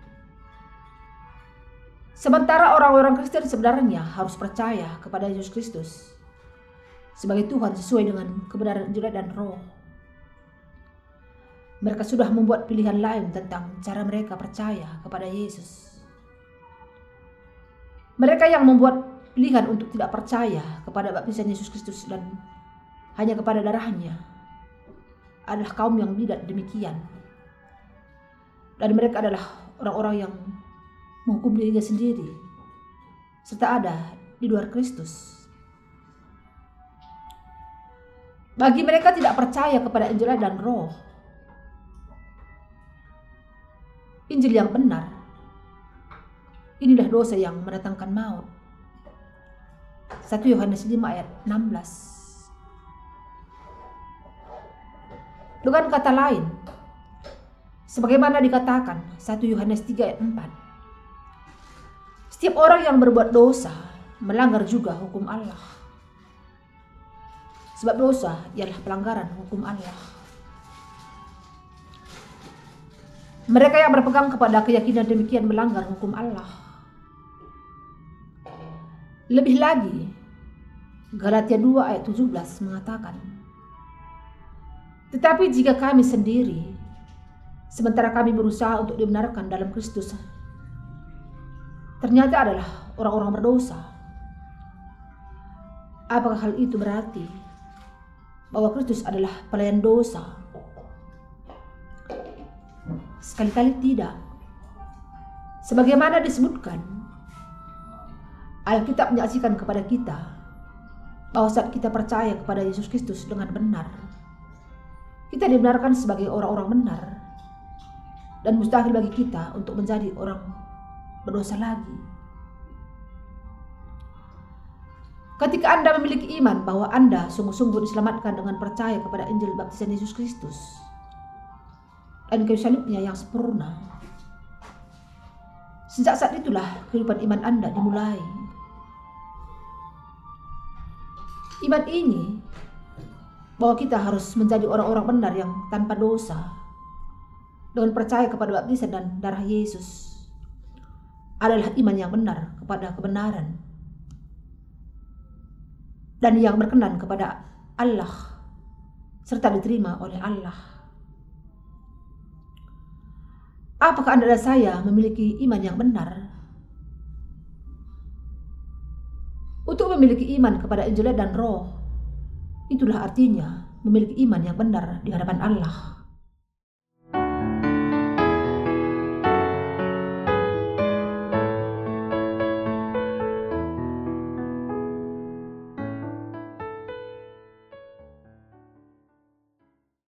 Sementara orang-orang Kristen sebenarnya harus percaya kepada Yesus Kristus sebagai Tuhan sesuai dengan kebenaran Injil dan Roh. Mereka sudah membuat pilihan lain tentang cara mereka percaya kepada Yesus. Mereka yang membuat pilihan untuk tidak percaya kepada baptisan Yesus Kristus dan hanya kepada darahnya adalah kaum yang bidat demikian. Dan mereka adalah orang-orang yang menghukum dirinya sendiri serta ada di luar Kristus. Bagi mereka tidak percaya kepada Injil dan Roh, Injil yang benar, inilah dosa yang mendatangkan maut. 1 Yohanes 5 ayat 16. Dengan kata lain, sebagaimana dikatakan 1 Yohanes 3 ayat 4, setiap orang yang berbuat dosa melanggar juga hukum Allah. Sebab dosa ialah pelanggaran hukum Allah. Mereka yang berpegang kepada keyakinan demikian melanggar hukum Allah. Lebih lagi, Galatia 2 ayat 17 mengatakan, tetapi jika kami sendiri, sementara kami berusaha untuk dibenarkan dalam Kristus, ternyata adalah orang-orang berdosa, apakah hal itu berarti bahwa Kristus adalah pelayan dosa? Sekali-kali tidak. Sebagaimana disebutkan, Alkitab menyaksikan kepada kita bahwa saat kita percaya kepada Yesus Kristus dengan benar, kita dibenarkan sebagai orang-orang benar dan mustahil bagi kita untuk menjadi orang berdosa lagi. Ketika Anda memiliki iman bahwa Anda sungguh-sungguh diselamatkan dengan percaya kepada Injil baptisan Yesus Kristus dan kayu salibnya yang sempurna, sejak saat itulah kehidupan iman Anda dimulai. Iman ini bahwa kita harus menjadi orang-orang benar yang tanpa dosa dengan percaya kepada baptisan dan darah Yesus adalah iman yang benar kepada kebenaran dan yang berkenan kepada Allah serta diterima oleh Allah. Apakah Anda dan saya memiliki iman yang benar? Untuk memiliki iman kepada Injil dan Roh, itulah artinya memiliki iman yang benar di hadapan Allah.